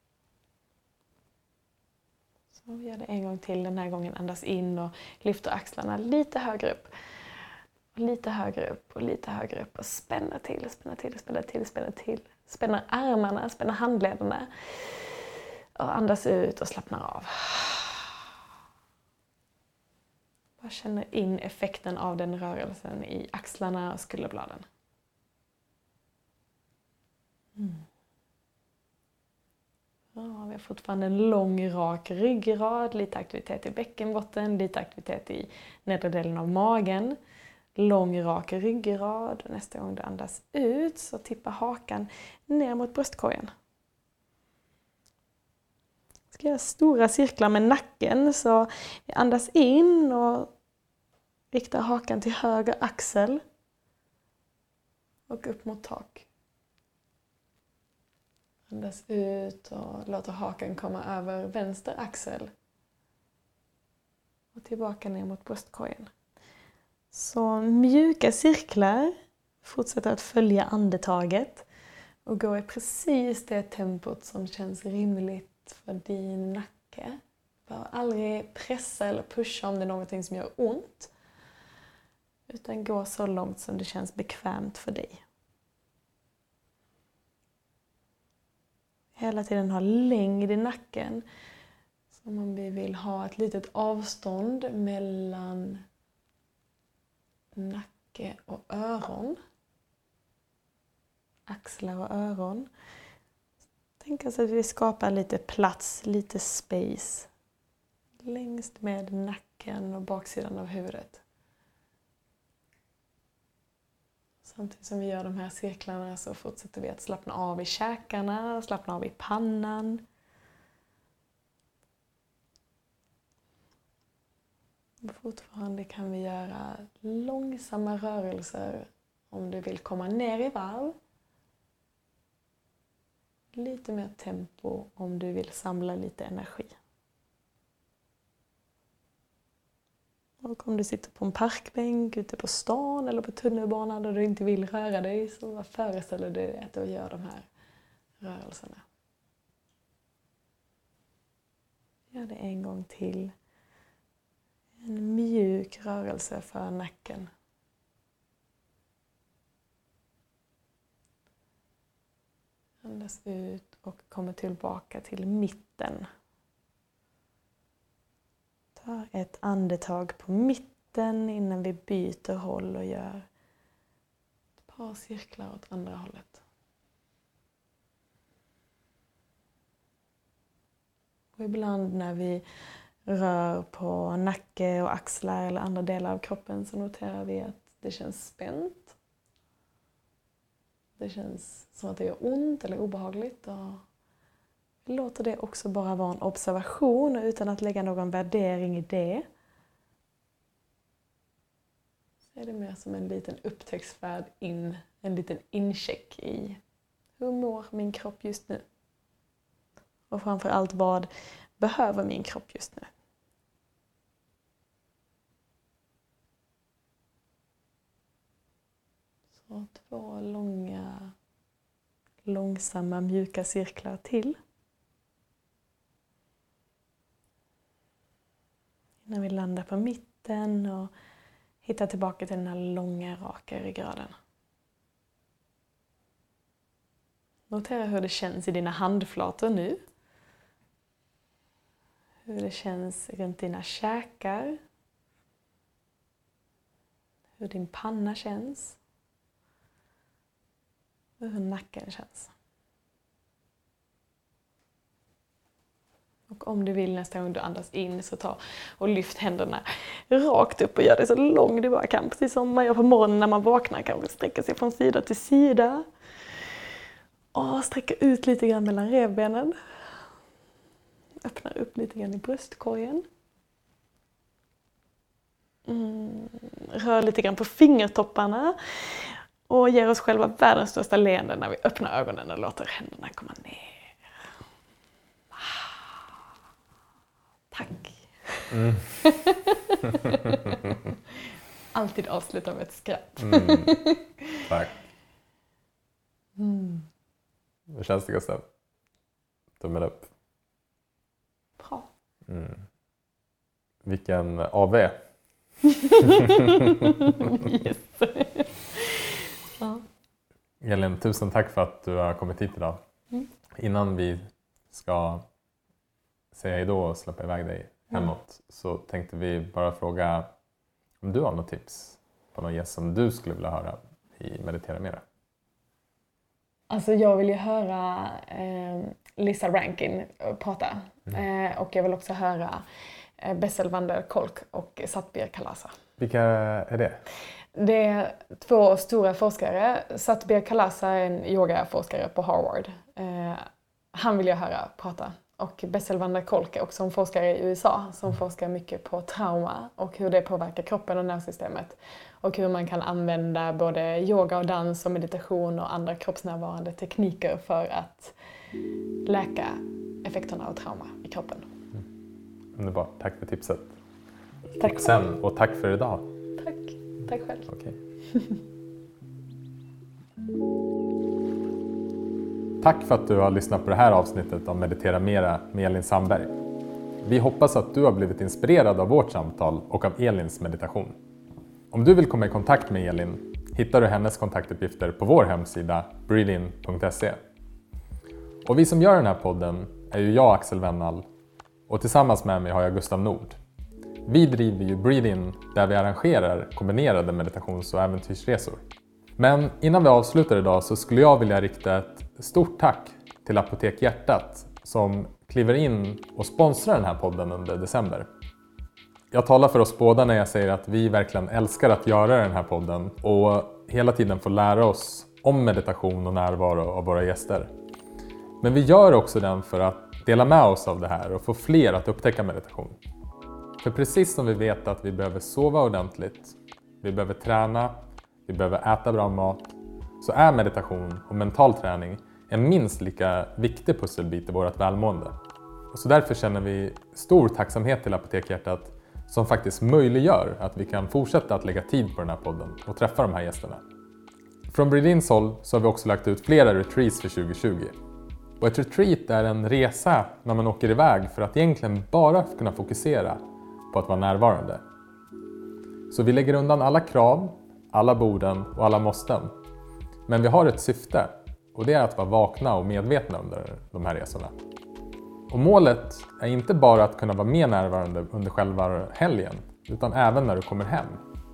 Speaker 2: Så vi gör det en gång till, den här gången andas in och lyfter axlarna lite högre upp. Och lite högre upp och lite högre upp och spänner till, spänner till, spänner till, spänner till. Spänner armarna, spänner handlederna. Och andas ut och slappnar av. Bara känner in effekten av den rörelsen i axlarna och skulderbladen. Mm. Ja, vi har fortfarande en lång rak ryggrad, lite aktivitet i bäckenbotten, lite aktivitet i nedre delen av magen. Lång rak ryggrad och nästa gång du andas ut så tippar hakan ner mot bröstkorgen. Jag ska göra stora cirklar med nacken så vi andas in och riktar hakan till höger axel och upp mot tak. Andas ut och låter hakan komma över vänster axel. Och tillbaka ner mot bröstkorgen. Så mjuka cirklar. Fortsätter att följa andetaget. Och gå i precis det tempot som känns rimligt för din nacke. Bör aldrig pressa eller pusha om det är någonting som gör ont. Utan gå så långt som det känns bekvämt för dig. Hela tiden ha längd i nacken. Som om vi vill ha ett litet avstånd mellan nacke och öron. Axlar och öron. Tänk oss att vi skapar lite plats, lite space. Längst med nacken och baksidan av huvudet. Samtidigt som vi gör de här cirklarna så fortsätter vi att slappna av i käkarna, slappna av i pannan. Och fortfarande kan vi göra långsamma rörelser om du vill komma ner i varv. Lite mer tempo om du vill samla lite energi. Och om du sitter på en parkbänk ute på stan eller på tunnelbanan där du inte vill röra dig, så föreställer du dig att du gör de här rörelserna. Gör det en gång till. En mjuk rörelse för nacken. Andas ut och kommer tillbaka till mitten. Ta ett andetag på mitten innan vi byter håll och gör ett par cirklar åt andra hållet. Och ibland när vi rör på nacke och axlar eller andra delar av kroppen så noterar vi att det känns spänt. Det känns som att det gör ont eller obehagligt. Och vi låter det också bara vara en observation utan att lägga någon värdering i det. Så är det mer som en liten upptäcktsfärd in, en liten incheck i hur mår min kropp just nu. Och framförallt vad behöver min kropp just nu. Så två långa, långsamma, mjuka cirklar till. Innan vi landar på mitten och hittar tillbaka till den här långa, raka ryggraden. Notera hur det känns i dina handflator nu. Hur det känns runt dina käkar. Hur din panna känns. Och hur nacken känns. Och om du vill nästa gång du andas in så ta och lyft händerna rakt upp och gör det så lång du bara kan. Precis som man gör på morgonen när man vaknar. Kanske sträcka sig från sida till sida. Och sträcka ut lite grann mellan revbenen. Öppnar upp lite grann i bröstkorgen. Mm, rör lite grann på fingertopparna. Och ger oss själva världens största leende när vi öppnar ögonen och låter händerna komma ner. Tack. Mm. Alltid avsluta med ett skratt.
Speaker 1: Mm. Tack.
Speaker 2: Mm.
Speaker 1: Hur känns det, Gustav? Tummen upp.
Speaker 2: Bra.
Speaker 1: Mm. Vilken A V.
Speaker 2: Yes. Ja.
Speaker 1: Elin, tusen tack för att du har kommit hit idag. Mm. Innan vi ska säga hejdå och släppa iväg dig hemåt mm. så tänkte vi bara fråga om du har något tips på någon gäst som du skulle vilja höra i Meditera Mera.
Speaker 2: Alltså jag vill ju höra eh, Lisa Rankin prata mm. eh, och jag vill också höra eh, Bessel van der Kolk och Satbir Khalasa.
Speaker 1: Vilka är det?
Speaker 2: Det är två stora forskare. Satbir Khalasa är en yogaforskare på Harvard. Eh, han vill jag höra prata. Och Bessel van der Kolk är också en forskare i U S A som mm. forskar mycket på trauma och hur det påverkar kroppen och nervsystemet. Och hur man kan använda både yoga och dans och meditation och andra kroppsnärvarande tekniker för att läka effekterna av trauma i kroppen.
Speaker 1: Mm. Underbart, tack för tipset.
Speaker 2: Tack
Speaker 1: Sen, och tack för idag.
Speaker 2: Tack, tack själv.
Speaker 1: Okej. Tack för att du har lyssnat på det här avsnittet av Meditera Mera med Elin Sandberg. Vi hoppas att du har blivit inspirerad av vårt samtal och av Elins meditation. Om du vill komma i kontakt med Elin hittar du hennes kontaktuppgifter på vår hemsida breathein punkt se. Och vi som gör den här podden är ju jag, Axel Wennall, och tillsammans med mig har jag Gustav Nord. Vi driver ju Breathein där vi arrangerar kombinerade meditations- och äventyrsresor. Men innan vi avslutar idag så skulle jag vilja rikta ett stort tack till Apotek Hjärtat som kliver in och sponsrar den här podden under december. Jag talar för oss båda när jag säger att vi verkligen älskar att göra den här podden och hela tiden får lära oss om meditation och närvaro av våra gäster. Men vi gör också den för att dela med oss av det här och få fler att upptäcka meditation. För precis som vi vet att vi behöver sova ordentligt, vi behöver träna, vi behöver äta bra mat, så är meditation och mental träning en minst lika viktig pusselbit i vårt välmående. Och så därför känner vi stor tacksamhet till Apotek Hjärtat som faktiskt möjliggör att vi kan fortsätta att lägga tid på den här podden och träffa de här gästerna. Från Breatheins håll så har vi också lagt ut flera retreats för tjugo tjugo. Och ett retreat är en resa när man åker iväg för att egentligen bara kunna fokusera på att vara närvarande. Så vi lägger undan alla krav, alla borden och alla måsten. Men vi har ett syfte och det är att vara vakna och medvetna under de här resorna. Och målet är inte bara att kunna vara mer närvarande under själva helgen utan även när du kommer hem.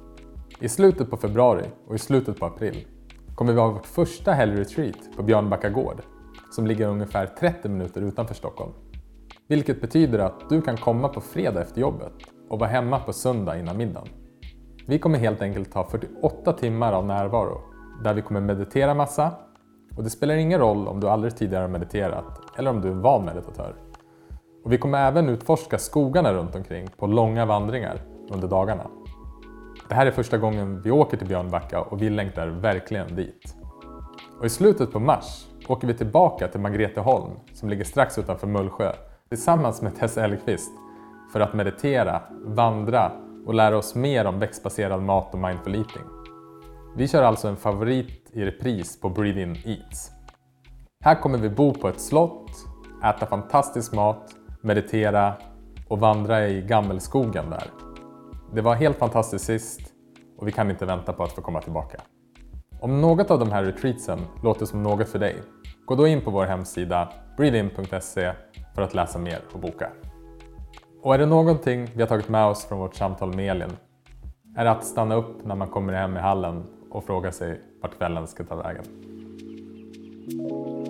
Speaker 1: I slutet på februari och i slutet på april kommer vi ha vårt första helgretreat på Björnbacka gård som ligger ungefär trettio minuter utanför Stockholm. Vilket betyder att du kan komma på fredag efter jobbet och vara hemma på söndag innan middagen. Vi kommer helt enkelt ha fyrtioåtta timmar av närvaro där vi kommer meditera massa och det spelar ingen roll om du aldrig tidigare har mediterat eller om du är en van meditatör. Och vi kommer även utforska skogarna runt omkring på långa vandringar under dagarna. Det här är första gången vi åker till Björnbacka och vi längtar verkligen dit. Och i slutet på mars åker vi tillbaka till Margreteholm som ligger strax utanför Mullsjö tillsammans med Tess Elgqvist för att meditera, vandra och lära oss mer om växtbaserad mat och mindful eating. Vi kör alltså en favorit i repris på Breathein Eats. Här kommer vi bo på ett slott, äta fantastisk mat, meditera och vandra i gammelskogen där. Det var helt fantastiskt sist och vi kan inte vänta på att få komma tillbaka. Om något av de här retreatsen låter som något för dig, gå då in på vår hemsida breathein punkt se för att läsa mer och boka. Och är det någonting vi har tagit med oss från vårt samtal med Elin är det att stanna upp när man kommer hem i hallen och fråga sig vart kvällen ska ta vägen.